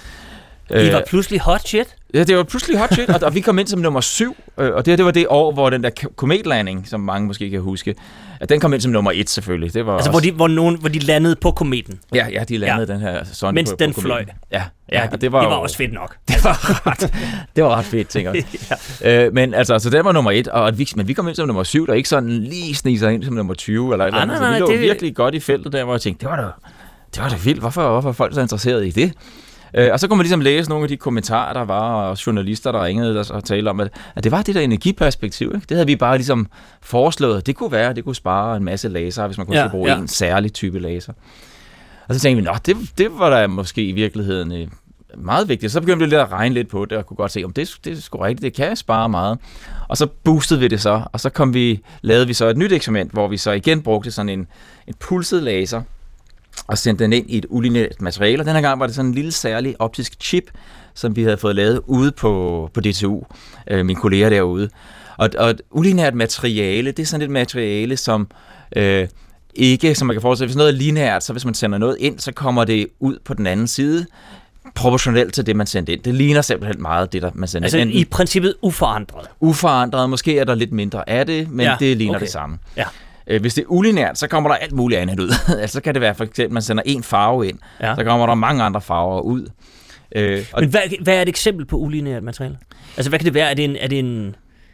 I var pludselig hot shit? Ja, det var pludselig hot shit, og, og vi kom ind som nummer syv, og det, det var det år, hvor den der kometlanding, som mange måske kan huske, at den kom ind som nummer et selvfølgelig. Det var altså, også... hvor, de, hvor, nogen, hvor de landede på kometen? Ja, ja, de landede ja. den her sonde Mens på, den på fløj? Ja, ja, ja, og det var, det var jo, også fedt nok. Det var ret, det var ret fedt, tænker jeg. ja. øh, men altså, så den var nummer et, og vi, men vi kom ind som nummer syv, der ikke sådan lige sniger ind som nummer tyve, eller et eller andet. Ah, nej, nej, så vi lå det... virkelig godt i feltet der, hvor jeg tænkte, det var da, det var da vildt, hvorfor, hvorfor er folk så interesserede i det? Øh, og så kunne man ligesom læse nogle af de kommentarer, der var, og journalister, der ringede og talte om, at, at det var det der energiperspektiv. Ikke? Det havde vi bare ligesom foreslået. Det kunne være, at det kunne spare en masse laser, hvis man kunne ja, bruge ja. en særlig type laser. Og så tænkte vi, at det, det var da måske i virkeligheden øh, meget vigtigt. Så begyndte vi lidt at regne lidt på det, og kunne godt se, om det, det er sgu rigtigt, det kan spare meget. Og så boostede vi det så, og så kom vi, lavede vi så et nyt eksperiment, hvor vi så igen brugte sådan en, en pulset laser, og sendte den ind i et ulineært materiale. Og den her gang var det sådan en lille særlig optisk chip, som vi havde fået lavet ude på, på D T U, øh, mine kolleger derude. Og, og et ulineært materiale, det er sådan et materiale, som øh, ikke, som man kan forestille, hvis noget er lineært, så hvis man sender noget ind, så kommer det ud på den anden side, proportionelt til det, man sendte ind. Det ligner simpelthen meget det, der man sendte altså ind. Altså i princippet uforandret? Uforandret. Måske er der lidt mindre af det, men ja, det ligner okay. det samme. Ja. Hvis det er ulineært, så kommer der alt muligt andet ud. altså, så kan det være for eksempel, at man sender en farve ind, ja. så kommer der mange andre farver ud. Øh, Men hvad, hvad er et eksempel på ulineært materiale? Altså, hvad kan det være? Er det en... Er det en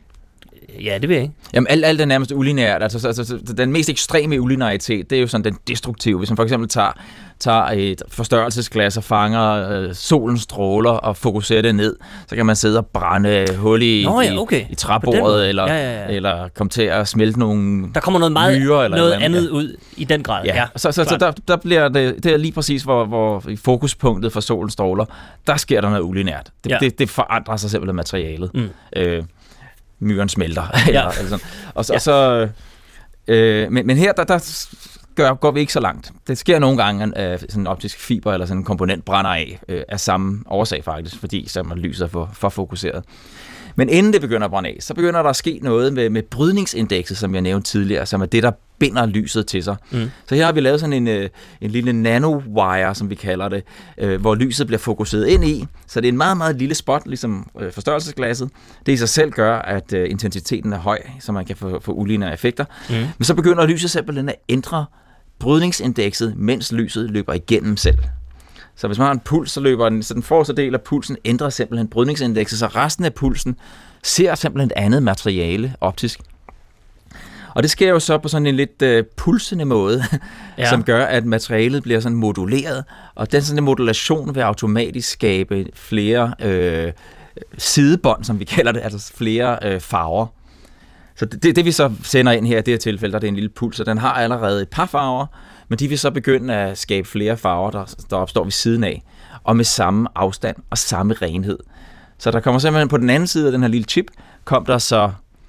ja, det ved jeg ikke. Jamen, alt, alt er nærmest ulineært. Altså, så, så, så, den mest ekstreme ulinearitet, det er jo sådan den destruktive. Hvis man for eksempel tager, tager et forstørrelsesglas og fanger øh, solens stråler og fokuserer det ned, så kan man sidde og brænde hul i, Nå, ja, okay. i, i træbordet, eller, ja, ja, ja. eller komme til at smelte nogle der kommer noget meget myrer, eller noget eller andet ja. ud i den grad. Ja, ja. så, så, så der, der bliver det, det er lige præcis, hvor, hvor i fokuspunktet for solens stråler, der sker der noget ulineært. Det, ja. det, det forandrer sig simpelthen materialet. Mm. Øh, myren smelter. eller, ja. eller sådan. Og så, ja. så øh, men, men her, der, der gør, går vi ikke så langt. Det sker nogle gange, at sådan en optisk fiber eller sådan en komponent brænder af øh, af samme årsag faktisk, fordi så man lyset er for, for fokuseret. Men inden det begynder at brænde af, så begynder der at ske noget med, med brydningsindekset, som jeg nævnte tidligere, som er det, der binder lyset til sig. Mm. Så her har vi lavet sådan en, en lille nanowire, som vi kalder det, øh, hvor lyset bliver fokuseret ind i. Så det er en meget, meget lille spot, ligesom øh, forstørrelsesglasset. Det i sig selv gør, at øh, intensiteten er høj, så man kan få, få ulineære effekter. Mm. Men så begynder lyset simpelthen at ændre brydningsindekset, mens lyset løber igennem selv. Så hvis man har en puls, så løber den, så den forreste del af pulsen ændrer simpelthen brydningsindekset, så resten af pulsen ser simpelthen et andet materiale optisk. Og det sker jo så på sådan en lidt øh, pulsende måde, ja. som gør, at materialet bliver sådan moduleret, og den sådan en modulation vil automatisk skabe flere øh, sidebånd, som vi kalder det, altså flere øh, farver. Så det, det, det vi så sender ind her i det her tilfælde, der er det en lille puls, og den har allerede et par farver, men de vil så begynde at skabe flere farver, der, der opstår ved siden af, og med samme afstand og samme renhed. Så der kommer simpelthen på den anden side af den her lille chip, kom der så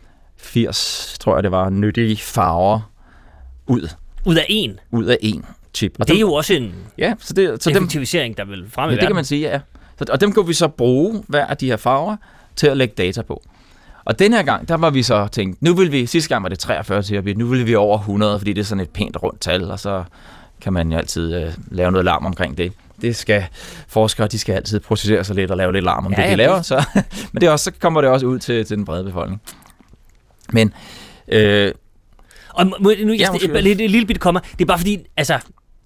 firs, tror jeg det var, nyttige farver ud. Ud af en? Ud af en chip. Og det er jo også en ja, så det, så effektivisering, dem, der vil frem i ja, verden. det kan man sige, ja. Så, og dem kunne vi så bruge, hver af de her farver, til at lægge data på. Og den her gang, der var vi så tænkt, nu vil vi, sidste gang var det treogfyrre terabit, nu vil vi over hundrede, fordi det er sådan et pænt rundt tal, og så kan man jo altid øh, lave noget larm omkring det. Det skal forskere, de skal altid processere sig lidt og lave lidt larm om ja, det, de ja, laver. Så, men det er også, så kommer det også ud til, til den brede befolkning. Men øh, og nu, jeg, ja, et, et, et lille bit kommer. Det er bare fordi, altså,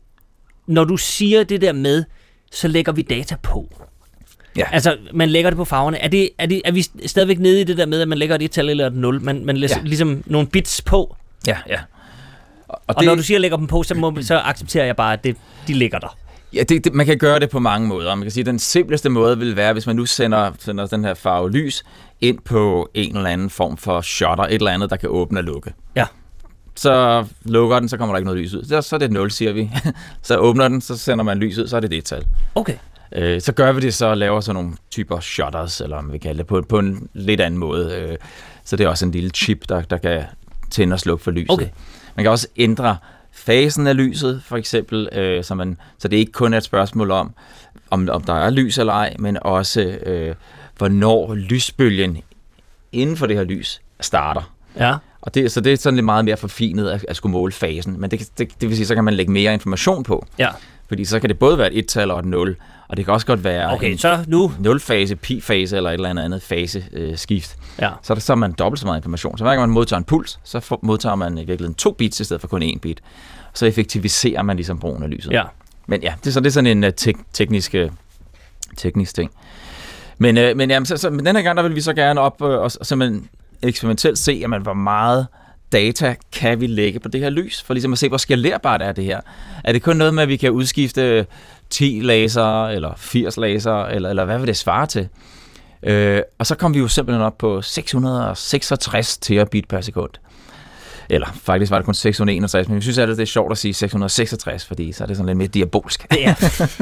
når du siger det der med, så lægger vi data på. Ja. Altså, man lægger det på farverne. Er, det, er, det, er vi stadigvæk nede i det der med, at man lægger et et-tal eller et nul? Man, man læser ja. ligesom nogle bits på. Ja, ja. Og, og det, når du siger, at lægger dem på, så, må, så accepterer jeg bare, at det, de ligger der. Ja, det, det, man kan gøre det på mange måder. Man kan sige, at den simpleste måde vil være, hvis man nu sender, sender den her farve lys ind på en eller anden form for shutter, et eller andet, der kan åbne og lukke. Ja. Så lukker den, så kommer der ikke noget lys ud. Så, så er det et nul, siger vi. Så åbner den, så sender man lys ud, så er det det tal. Okay. Øh, så gør vi det så og laver sådan nogle typer shutters, eller hvad vi kalder det, på, på en lidt anden måde. Øh, så det er også en lille chip, der, der kan tænde og slukke for lyset. Okay. Man kan også ændre fasen af lyset, for eksempel, øh, så, man, så det ikke kun er et spørgsmål om, om, om der er lys eller ej, men også, øh, hvornår lysbølgen inden for det her lys starter. Ja. Og det, så det er sådan lidt meget mere forfinet at, at skulle måle fasen, men det, det, det vil sige, så kan man lægge mere information på. Ja. Fordi så kan det både være et et-tal og et nul, og det kan også godt være okay, en så nu nul-fase, pi-fase eller et eller andet andet faseskift. Øh, ja. Så er der så man dobbelt så meget information. Så hver gang man modtager en puls, så modtager man i virkeligheden to bits i stedet for kun én bit. Så effektiviserer man ligesom brugen af lyset. Ja. Men ja, det, så det er sådan en uh, tek- teknisk, uh, teknisk ting. Men, uh, men, jamen, så, så, men den her gang, der vil vi så gerne op uh, og, og simpelthen eksperimentelt se, jamen, hvor meget data kan vi lægge på det her lys, for ligesom at se, hvor skalerbart er det her. Er det kun noget med, at vi kan udskifte ti laser, eller firs laser, eller, eller hvad vil det svare til? Øh, og så kom vi jo simpelthen op på seks hundrede og seksogtres terabit per sekund. Eller faktisk var det kun seks hundrede og enogtres, men vi synes at det er sjovt at sige seks hundrede og seksogtres, fordi så er det sådan lidt mere diabolsk. Ja.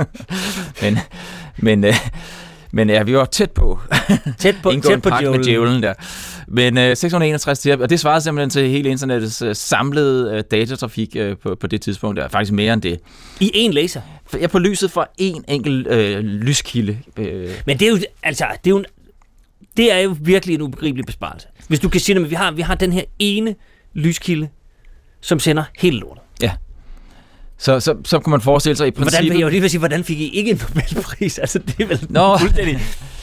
men, men, øh, men ja, vi var tæt på. Tæt på, tæt på med djævlen der. Men øh, seks hundrede og enogtres terabit, og det svarede simpelthen til hele internettets øh, samlede øh, datatrafik øh, på, på det tidspunkt. Det er faktisk mere end det. I én laser? Ja, på lyset fra én enkelt øh, lyskilde. Øh. Men det er jo, altså, det er jo, det er jo virkelig en ubegribelig besparelse. Hvis du kan sige, at vi har, vi har den her ene lyskilde, som sender hele lortet. Ja. Så, så, så kan man forestille sig i princippet... Hvordan, jeg jo lige vil sige, hvordan fik I ikke en Nobelpris? Altså, det er vel Nå. fuldstændig...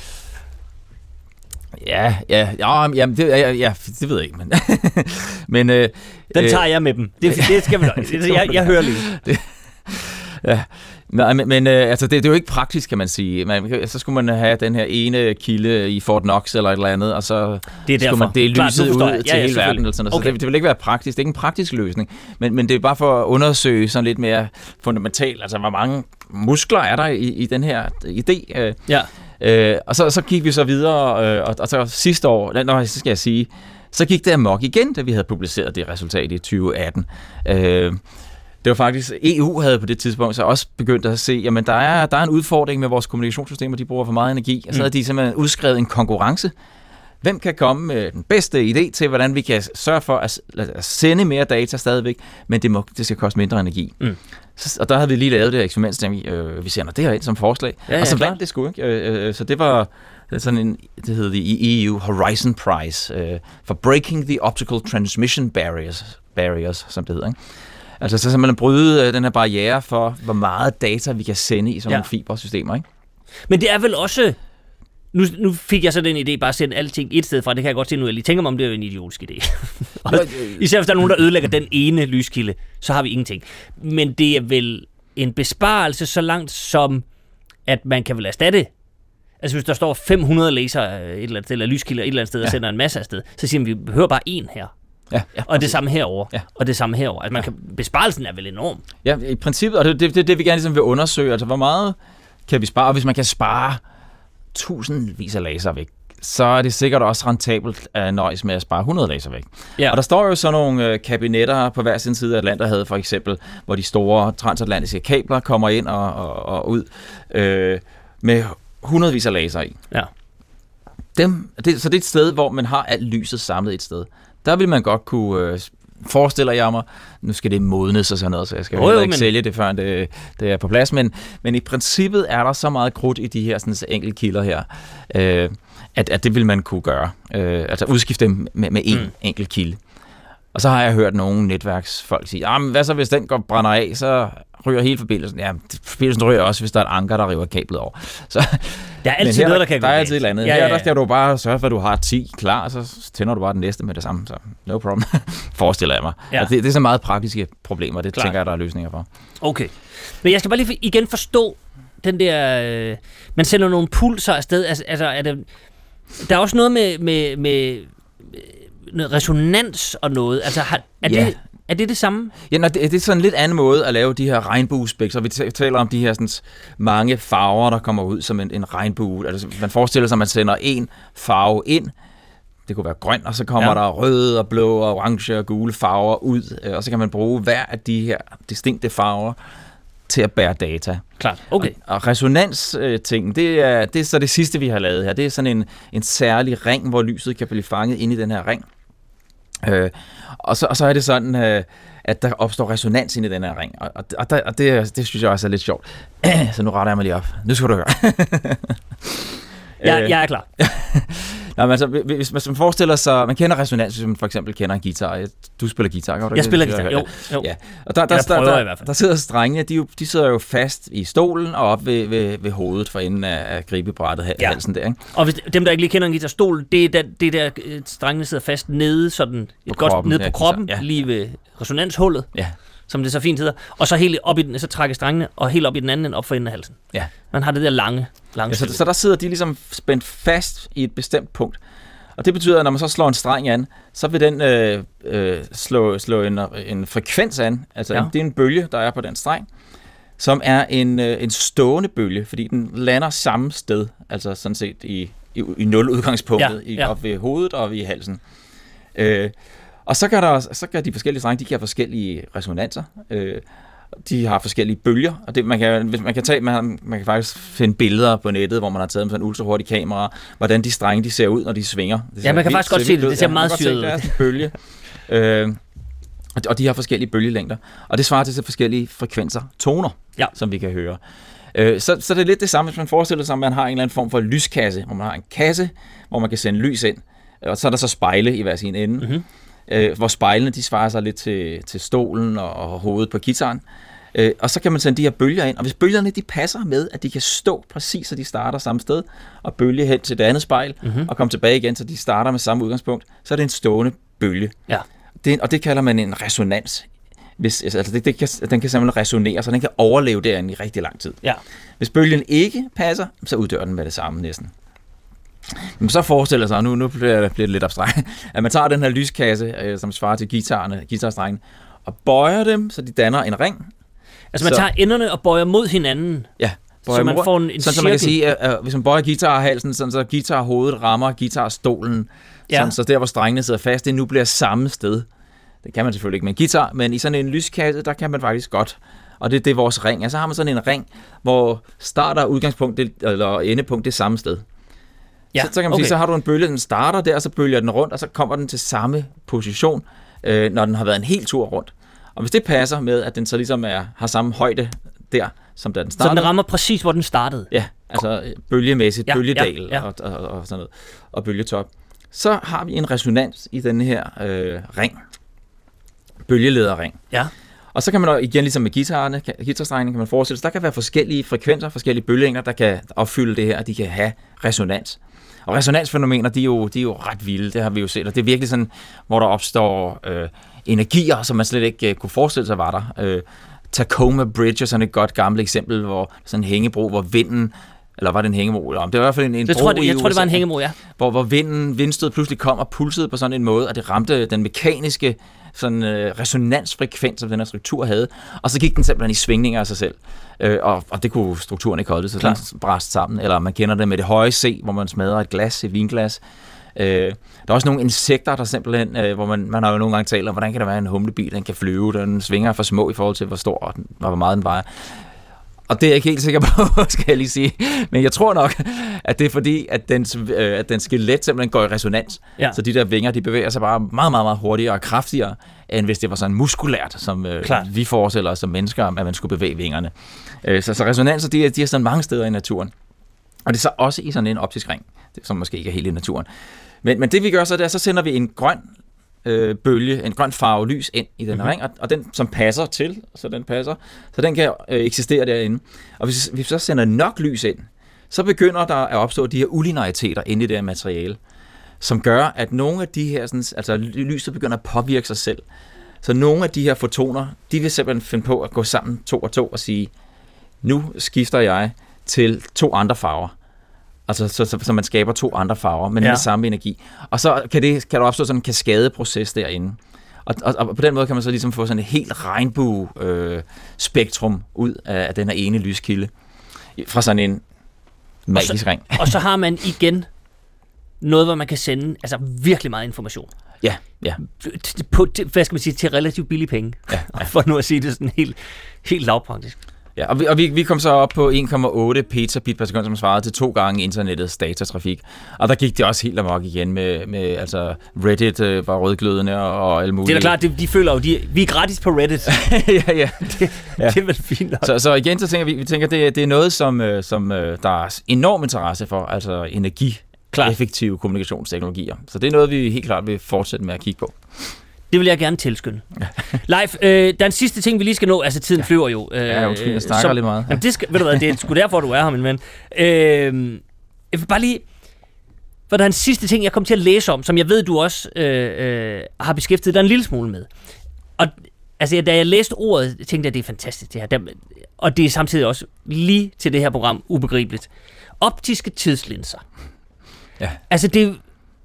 Ja, ja, ja, jamen, det, ja, ja, det ved jeg ikke, men... men øh, den tager jeg med dem. Det, det skal vi nok. Jeg, jeg hører lige. Det, ja, nej, men, men øh, altså, det, det er jo ikke praktisk, kan man sige. Man, så skulle man have den her ene kilde i Fort Knox eller et eller andet, og så det skulle man dele lyset ud ja, til ja, hele verden. Eller sådan, okay. Så det, det vil ikke være praktisk. Det er ikke en praktisk løsning, men, men det er bare for at undersøge sådan lidt mere fundamentalt, altså hvor mange muskler er der i, i den her idé. Øh, ja. Øh, og så, så gik vi så videre, øh, og, og så sidste år, nå, så skal jeg sige, så gik det amok igen, da vi havde publiceret det resultat i tyve atten. Øh, det var faktisk, E U havde på det tidspunkt så også begyndt at se, jamen der er, der er en udfordring med vores kommunikationssystemer, de bruger for meget energi, og så havde de simpelthen udskrevet en konkurrence. Hvem kan komme med den bedste idé til, hvordan vi kan sørge for at, at sende mere data stadigvæk, men det, må, det skal koste mindre energi. Mm. Så, og der havde vi lige lavet det her eksperiment, så vi, øh, vi sender det her ind som forslag, ja, ja, og så klar. vandt det sgu ikke. Øh, øh, så det var sådan en, det hedder det i E U, Horizon Prize, øh, for Breaking the Optical Transmission Barriers, barriers som det hedder, ikke? Altså så simpelthen bryde øh, den her barriere for, hvor meget data vi kan sende i sådan ja. nogle fibersystemer, ikke? Men det er vel også... Nu, nu fik jeg så den idé bare at sende alting et sted fra. Det kan jeg godt se nu. Jeg lige tænker mig om, det er jo en idiotisk idé. Især hvis der er nogen, der ødelægger den ene lyskilde, så har vi ingenting. Men det er vel en besparelse så langt som, at man kan vel erstatte. Altså hvis der står fem hundrede laser et eller andet sted, eller lyskilder et eller andet sted, ja. og sender en masse afsted, så siger man, vi behøver bare en her. Ja, ja, og det samme herover ja. og det samme herover. Altså man kan, besparelsen er vel enorm. Ja, i princippet, og det er det, det, det, vi gerne ligesom vil undersøge. Altså, hvor meget kan vi spare? Og hvis man kan spare tusindvis af laser væk, så er det sikkert også rentabelt at nøjes med at spare hundrede laser væk. Ja. Og der står jo sådan nogle øh, kabinetter på hver sin side af Atlanterhavet, for eksempel, hvor de store transatlantiske kabler kommer ind og, og, og ud øh, med hundredvis af laser i. Ja. Dem, det, så det er et sted, hvor man har alt lyset samlet et sted. Der vil man godt kunne... Øh, forestiller jeg mig, nu skal det modnes og sådan noget, så jeg skal jo, jo ikke men... sælge det, før det, det er på plads, men, men i princippet er der så meget krudt i de her sådan, enkelte kilder her, øh, at, at det vil man kunne gøre. Øh, altså udskifte dem med, med en mm. enkelt kilde. Og så har jeg hørt nogle netværksfolk sige, ah, men hvad så hvis den går brænder af, så ryger hele forbindelsen. Ja, forbindelsen ryger også, hvis der er et anker, der river kablet over. Så, der er altid her, noget, der kan gå. Der er altid et eller andet. Ja, ja, ja. Her der skal du bare sørge for, at du har ti klar, så tænder du bare den næste med det samme. Så no problem, forestiller jeg mig. Ja. Det, det er så meget praktiske problemer, det Klar. tænker jeg, der er løsninger for. Okay. Men jeg skal bare lige igen forstå den der... Øh, man sender nogle pulser afsted. Altså, altså er det, der er også noget med... med, med noget resonans og noget. Altså, har, er, ja. det, er det det samme? Ja, nej, det, det er sådan en lidt anden måde at lave de her regnbuespektrer. Vi taler om de her sådan, mange farver, der kommer ud som en, en regnbue. Altså, man forestiller sig, at man sender en farve ind. Det kunne være grøn, og så kommer ja. der røde og blå og orange og gule farver ud. Og så kan man bruge hver af de her distinkte farver til at bære data. Klart, okay. Og, og resonans-ting, det er, det er så det sidste, vi har lavet her. Det er sådan en, en særlig ring, hvor lyset kan blive fanget inde i den her ring. Øh, og, så, og så er det sådan, øh, at der opstår resonans inde i den her ring. Og, og, og, der, og det, det synes jeg også er lidt sjovt. Så nu retter jeg mig lige op. Nu skal du høre. jeg, jeg er klar. Nå, men altså, hvis, hvis man forestiller sig, man kender resonans, hvis man for eksempel kender en guitar. Du spiller guitar, kan du? Jeg spiller guitar, jo. jo. Ja. Og der, der, der, der, der, der sidder strengene, de, jo, de sidder jo fast i stolen og op ved, ved, ved hovedet for enden af, af gribebrættet, ja. halsen der. Ikke? Og hvis dem, der ikke lige kender en guitarstol, det er der, det der strengene sidder fast nede, sådan, på godt kroppen, nede på ja, kroppen, ja. lige ved resonanshullet. Ja. Som det så fint hedder, og så helt op i den, så trækker strengene, og helt op i den anden ende, op for enden af halsen. Ja. Man har det der lange, lange ja, så, så der sidder de ligesom spændt fast i et bestemt punkt. Og det betyder, at når man så slår en streng an, så vil den øh, øh, slå, slå en, en frekvens an. Altså ja. en, det er en bølge, der er på den streng, som er en, øh, en stående bølge, fordi den lander samme sted, altså sådan set i, i, i nul udgangspunktet, ja. Ja. op ved hovedet og ved halsen. Øh, og så kan, der, så kan de forskellige strenge, de kan have forskellige resonanser. Øh, de har forskellige bølger, og det, man, kan, hvis man, kan tage, man, man kan faktisk finde billeder på nettet, hvor man har taget med sådan en ultrahurtig kamera, hvordan de strenge de ser ud, når de svinger. Ja, man kan faktisk godt se det. Det ser ja, meget syret ud. Det er en bølge. øh, og de har forskellige bølgelængder, og det svarer til forskellige frekvenser, toner, ja. som vi kan høre. Øh, så, så det er lidt det samme, hvis man forestiller sig, at man har en eller anden form for lyskasse, hvor man har en kasse, hvor man kan sende lys ind, og så er der så spejle i hver sin ende. Mm-hmm. Øh, hvor spejlene de svarer sig lidt til, til stolen og, og hovedet på guitaren. Øh, og så kan man sende de her bølger ind, og hvis bølgerne de passer med, at de kan stå præcis, så de starter samme sted, og bølge hen til det andet spejl, mm-hmm. og komme tilbage igen, så de starter med samme udgangspunkt, så er det en stående bølge. Ja. Det, og det kalder man en resonans. Hvis, altså det, det kan, den kan simpelthen resonere, så den kan overleve derinde i rigtig lang tid. Ja. Hvis bølgen ikke passer, så uddør den med det samme næsten. Men så forestiller sig, nu, nu bliver det, bliver det lidt abstrakt, at man tager den her lyskasse, øh, som svarer til guitarerne, guitarstrengene, og bøjer dem, så de danner en ring. Altså man så, tager enderne og bøjer mod hinanden, ja, så man får en, en sådan, så man kan sige, at, at hvis man bøjer guitarhalsen, sådan, så guitarhovedet rammer guitarstolen, ja. sådan, så der, hvor strengene sidder fast, det nu bliver samme sted. Det kan man selvfølgelig ikke med en guitar, men i sådan en lyskasse, der kan man faktisk godt. Og det, det er vores ring. Altså har man sådan en ring, hvor start og udgangspunkt det, eller endepunkt det samme sted. Ja, så, så kan man okay. sige, så har du en bølge, den starter der, og så bølger den rundt, og så kommer den til samme position, øh, når den har været en hel tur rundt. Og hvis det passer med, at den så ligesom er, har samme højde der, som da den startede. Så den rammer præcis, hvor den startede? Ja, altså bølgemæssigt, ja, bølgedal ja, ja. Og, og, og sådan noget, og bølgetop. Så har vi en resonans i den her øh, ring, bølgelederring. Ja. Og så kan man igen, ligesom med guitarerne, guitarstrengene, kan man forestille sig, der kan være forskellige frekvenser, forskellige bølgelængder, der kan opfylde det her, og de kan have resonans. Og resonansfænomener, de er, jo, de er jo ret vilde, det har vi jo set, og det er virkelig sådan, hvor der opstår øh, energier, som man slet ikke øh, kunne forestille sig var der. Øh, Tacoma Bridge er sådan et godt gammelt eksempel, hvor sådan en hængebro, hvor vinden Eller var det en hængemor? Det var i hvert fald en, en det bro tror jeg, i jeg tror, det var en U S A, hængemor, ja. Hvor, hvor vinden, vindstød pludselig kom og pulsede på sådan en måde, og det ramte den mekaniske sådan, øh, resonansfrekvens, som den her struktur havde. Og så gik den simpelthen i svingninger af sig selv. Øh, og, og det kunne strukturen ikke holde, så den brast sammen. Eller man kender det med det høje C, hvor man smadrer et glas, et vinglas. Øh, der er også nogle insekter, der simpelthen, øh, hvor man, man har jo nogle gange talt om, hvordan kan der være en humlebi, den kan flyve, den svinger for små i forhold til, hvor stor den, hvor meget den vejer. Og det er jeg ikke helt sikker på, skal jeg lige sige. Men jeg tror nok, at det er fordi, at den, øh, at den skelet simpelthen går i resonans. Ja. Så de der vinger, de bevæger sig bare meget, meget, meget hurtigere og kraftigere, end hvis det var sådan muskulært, som øh, vi forestiller os som mennesker, at man skulle bevæge vingerne. Øh, så, så resonanser, de er, de er sådan mange steder i naturen. Og det er så også i sådan en optisk ring, som måske ikke er helt i naturen. Men, men det vi gør så, det er, så sender vi en grøn øh, bølge, en grøn farve lys ind i den mm-hmm. ring, og, og den som passer til, så den passer, så den kan øh, eksistere derinde. Og hvis vi så sender nok lys ind, så begynder der at opstå de her ulineariteter inde i det her materiale, som gør, at nogle af de her, sådan, altså lyset begynder at påvirke sig selv. Så nogle af de her fotoner, de vil simpelthen finde på at gå sammen to og to og sige, nu skifter jeg til to andre farver. Altså, så, så, så man skaber to andre farver, men ja. Med samme energi. Og så kan, det, kan der opstå sådan en kaskadeproces derinde. Og, og, og på den måde kan man så ligesom få sådan et helt regnbue-spektrum øh, ud af, af den her ene lyskilde. Fra sådan en magisk og så, ring. Og så har man igen noget, hvor man kan sende altså virkelig meget information. Ja, ja. På, hvad skal man sige, til relativt billige penge. Ja, ja. For nu at sige det sådan helt, helt lavpraktisk. Ja, og vi, og vi, vi kom så op på en komma otte petabit per sekund, som svarede til to gange internettets datatrafik. Og der gik det også helt amok igen med, med altså Reddit øh, var rødglødende og, og alt muligt. Det er da klart, de, de føler jo, de, vi er gratis på Reddit. ja, ja. Det, ja. Det er vel fint nok. Så, så igen, så tænker vi, vi tænker, det, det er noget, som, som der er enorm interesse for, altså energi-effektive kommunikationsteknologier. Så det er noget, vi helt klart vil fortsætte med at kigge på. Det vil jeg gerne tilskynde. Leif, øh, den sidste ting, vi lige skal nå, altså tiden ja. flyver jo. Øh, ja, undskyld, jeg snakker som, lidt meget. Jamen, det, skal, ved du hvad, det er sgu derfor, du er her, min ven. Øh, jeg vil bare lige... For der er en sidste ting, jeg kom til at læse om, som jeg ved, du også øh, øh, har beskæftiget dig en lille smule med. Og altså, da jeg læste ordet, tænkte jeg, at det er fantastisk, det her. Der, og det er samtidig også lige til det her program ubegribeligt. Optiske tidslinser. Ja. Altså, det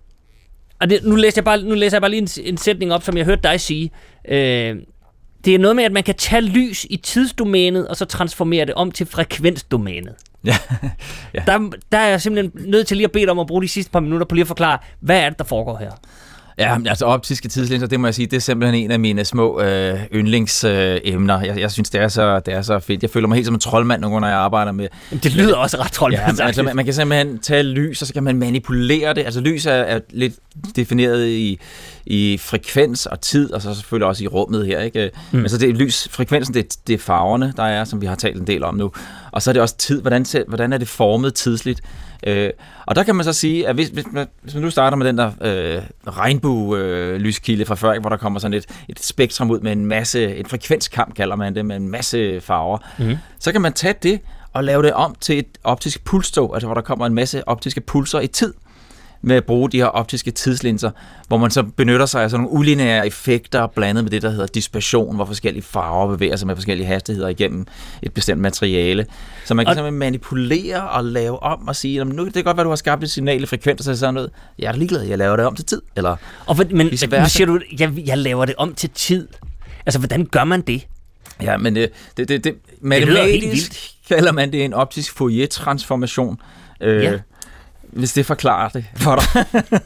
Og det, nu, læser jeg bare, nu læser jeg bare lige en, en sætning op, som jeg hørte dig sige. Øh, det er noget med, at man kan tage lys i tidsdomænet, og så transformere det om til frekvensdomænet. Ja. ja. Der, der er jeg simpelthen nødt til lige at bede dig om at bruge de sidste par minutter på lige at forklare, hvad er det, der foregår her? Ja, altså optiske tidslinser, det må jeg sige, det er simpelthen en af mine små øh, yndlingsemner. Øh, jeg, jeg synes, det er, så, det er så fedt. Jeg føler mig helt som en troldmand, når jeg arbejder med. Det lyder også ret troldmand. Ja, altså, man, man kan simpelthen tage lys, og så kan man manipulere det. Altså lys er, er lidt defineret i, i frekvens og tid, og så selvfølgelig også i rummet her, ikke? Mm. Men så det lys, frekvensen, det, det er farverne, der er, som vi har talt en del om nu. Og så er det også tid, hvordan, hvordan er det formet tidsligt. Øh, og der kan man så sige, at hvis, hvis, man, hvis man nu starter med den der øh, regnbue-lyskilde øh, fra før, hvor der kommer sådan et, et spektrum ud med en masse, en frekvenskamp kalder man det, med en masse farver, mm. så kan man tage det og lave det om til et optisk pulstog, altså hvor der kommer en masse optiske pulser i tid, med at bruge de her optiske tidslinser, hvor man så benytter sig af sådan nogle ulineære effekter blandet med det, der hedder dispersion, hvor forskellige farver bevæger sig med forskellige hastigheder igennem et bestemt materiale. Så man kan og simpelthen manipulere og lave om og sige, nu det kan godt være, du har skabt et signal i frekvens, og sådan noget. Jeg er ligeglad, jeg laver det om til tid. Eller, og for, men nu siger du, jeg, jeg laver det om til tid. Altså, hvordan gør man det? Ja, men det, det, det, det matematisk kalder man det en optisk Fourier-transformation. Øh, ja. Hvis det forklarer det for dig.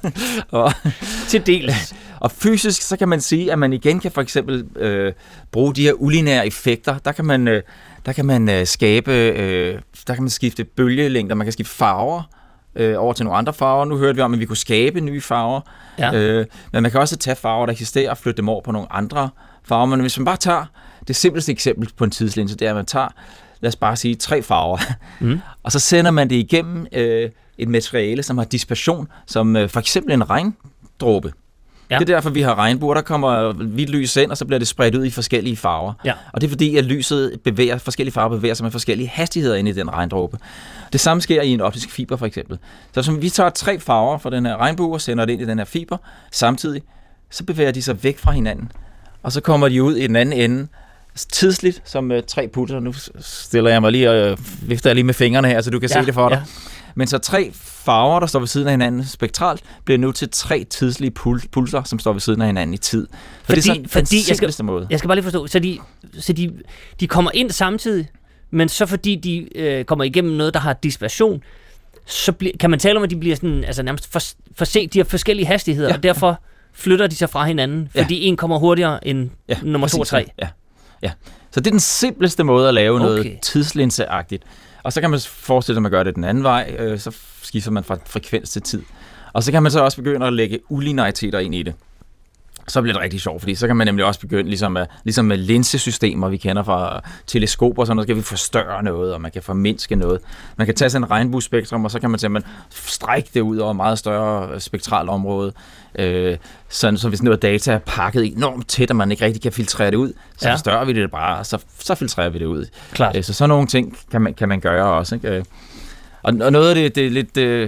og, til dels. Og fysisk, så kan man sige, at man igen kan for eksempel øh, bruge de her ulineære effekter. Der kan man, øh, der kan man øh, skabe, øh, der kan man skifte bølgelængder, man kan skifte farver øh, over til nogle andre farver. Nu hørte vi om, at vi kunne skabe nye farver. Ja. Øh, men man kan også tage farver, der eksisterer, og flytte dem over på nogle andre farver. Men hvis man bare tager det simpleste eksempel på en tidslinse, det er, at man tager, lad os bare sige, tre farver, mm. og så sender man det igennem øh, et materiale, som har dispersion, som øh, for eksempel en regndråbe. Ja. Det er derfor, vi har regnbuer, der kommer hvidt lys ind, og så bliver det spredt ud i forskellige farver. Ja. Og det er fordi, at lyset bevæger, forskellige farver bevæger sig med forskellige hastigheder inde i den regndråbe. Det samme sker i en optisk fiber, for eksempel. Så som vi tager tre farver fra den her regnbue og sender det ind i den her fiber, samtidig, så bevæger de sig væk fra hinanden. Og så kommer de ud i den anden ende tidsligt som øh, tre pulser. Nu stiller jeg mig lige og øh, vifter jeg lige med fingrene her, så du kan ja, se det for dig. Ja. Men så tre farver, der står ved siden af hinanden spektralt, bliver nu til tre tidslige pul- pulser, som står ved siden af hinanden i tid. Så fordi, det er sådan fordi den simpleste skal, måde. Jeg skal bare lige forstå, så de, så de, de kommer ind samtidig, men så fordi de øh, kommer igennem noget, der har dispersion, så bli, kan man tale om, at de bliver sådan, altså nærmest for, for set, de har forskellige hastigheder, ja, og derfor ja. flytter de sig fra hinanden, fordi ja. en kommer hurtigere end ja, nummer to og tre. Ja. Ja. Så det er den simpleste måde at lave okay. noget tidslinseagtigt. Og så kan man forestille sig, at man gør det den anden vej, øh, så skifter man fra frekvens til tid. Og så kan man så også begynde at lægge ulineariteter ind i det. Så bliver det rigtig sjovt, fordi så kan man nemlig også begynde, ligesom med, ligesom med linsesystemer, vi kender fra teleskoper, så kan vi forstørre noget, og man kan formindske noget. Man kan tage sådan en regnbuespektrum, og så kan man simpelthen strække det ud over et meget større spektralt område. Øh, sådan, så hvis noget data er pakket enormt tæt, og man ikke rigtig kan filtrere det ud, så ja. forstørrer vi det bare, og så, så filtrerer vi det ud. Klart. Øh, så sådan nogle ting kan man, kan man gøre også. Ikke? Og, og noget af det, det er lidt... Øh,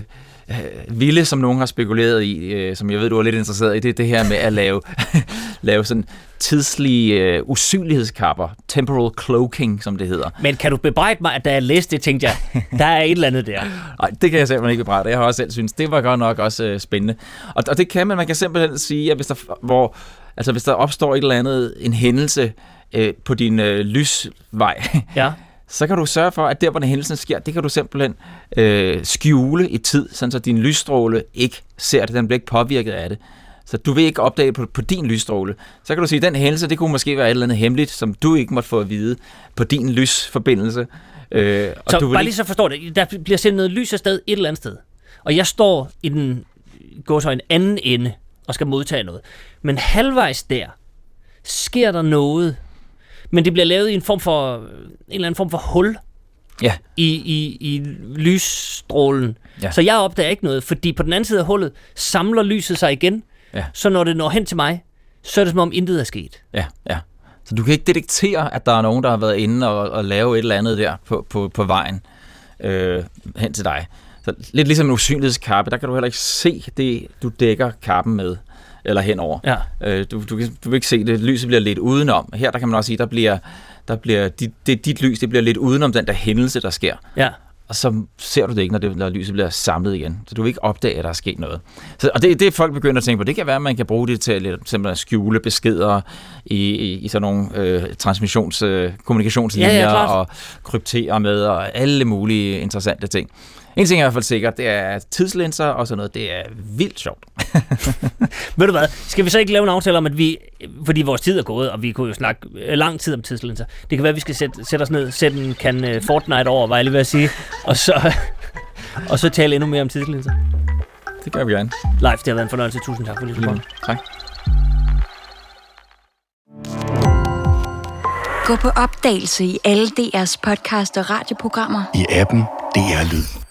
vilde, som nogen har spekuleret i, øh, som jeg ved, du er lidt interesseret i, det er det her med at lave, lave sådan tidslige øh, usynlighedskapper, temporal cloaking, som det hedder. Men kan du bebrejde mig, at da jeg læste det, tænkte jeg, der er et eller andet der? Nej, det kan jeg simpelthen ikke bebrejde. Jeg har også selv synes, det var godt nok også øh, spændende. Og, og det kan man, man kan simpelthen sige, at hvis der, hvor, altså, hvis der opstår et eller andet, en hændelse øh, på din øh, lysvej, ja. så kan du sørge for, at der, hvor den hændelsen sker, det kan du simpelthen øh, skjule i tid, sådan så din lysstråle ikke ser det, den bliver ikke påvirket af det. Så du vil ikke opdage på, på din lysstråle. Så kan du sige, at den hændelse, det kunne måske være et eller andet hemmeligt, som du ikke måtte få at vide på din lysforbindelse. Øh, og så du bare ikke... lige så forstår det, der bliver sendt noget lys afsted et eller andet sted, og jeg står i den, går så en anden ende og skal modtage noget. Men halvvejs der sker der noget, men det bliver lavet i en form for en eller anden form for hul ja. i, i, i lysstrålen. Ja. Så jeg opdager ikke noget, fordi på den anden side af hullet samler lyset sig igen, ja. så når det når hen til mig, så er det som om intet er sket. Ja, ja. Så du kan ikke detektere, at der er nogen, der har været inde og, og lave et eller andet der på, på, på vejen øh, hen til dig. Så lidt ligesom en usynlighedskappe, der kan du heller ikke se det, du dækker kappen med. Eller henover. Ja. Øh, du, du, du vil ikke se det. Lyset bliver lidt udenom. Her der kan man også sige, der bliver, der bliver dit, det, dit lys, det bliver lidt udenom den der hændelse, der sker. Ja. Og så ser du det ikke, når, det, når lyset bliver samlet igen. Så du vil ikke opdage, at der er sket noget. Så, og det, det folk begynder at tænke på, det kan være, at man kan bruge det til lidt, simpelthen at skjule beskeder i, i, i sådan nogle øh, transmissions, øh, kommunikationslinjer ja, ja, og kryptere med og alle mulige interessante ting. En ting er i hvert fald sikkert, det er tidslinser og sådan noget, det er vildt sjovt. Ved du hvad, skal vi så ikke lave en aftale om, at vi, fordi vores tid er gået, og vi kunne jo snakke lang tid om tidslinser, det kan være, at vi skal sætte, sætte os ned, sætte en kan Fortnite over, var jeg lige ved at sige, og så, og så tale endnu mere om tidslinser. Det gør vi gerne. Leif, det har været en fornøjelse. Tusind tak for det. Mm, tak. Gå på opdagelse i alle D R's podcast og radioprogrammer. I appen D R Lyd.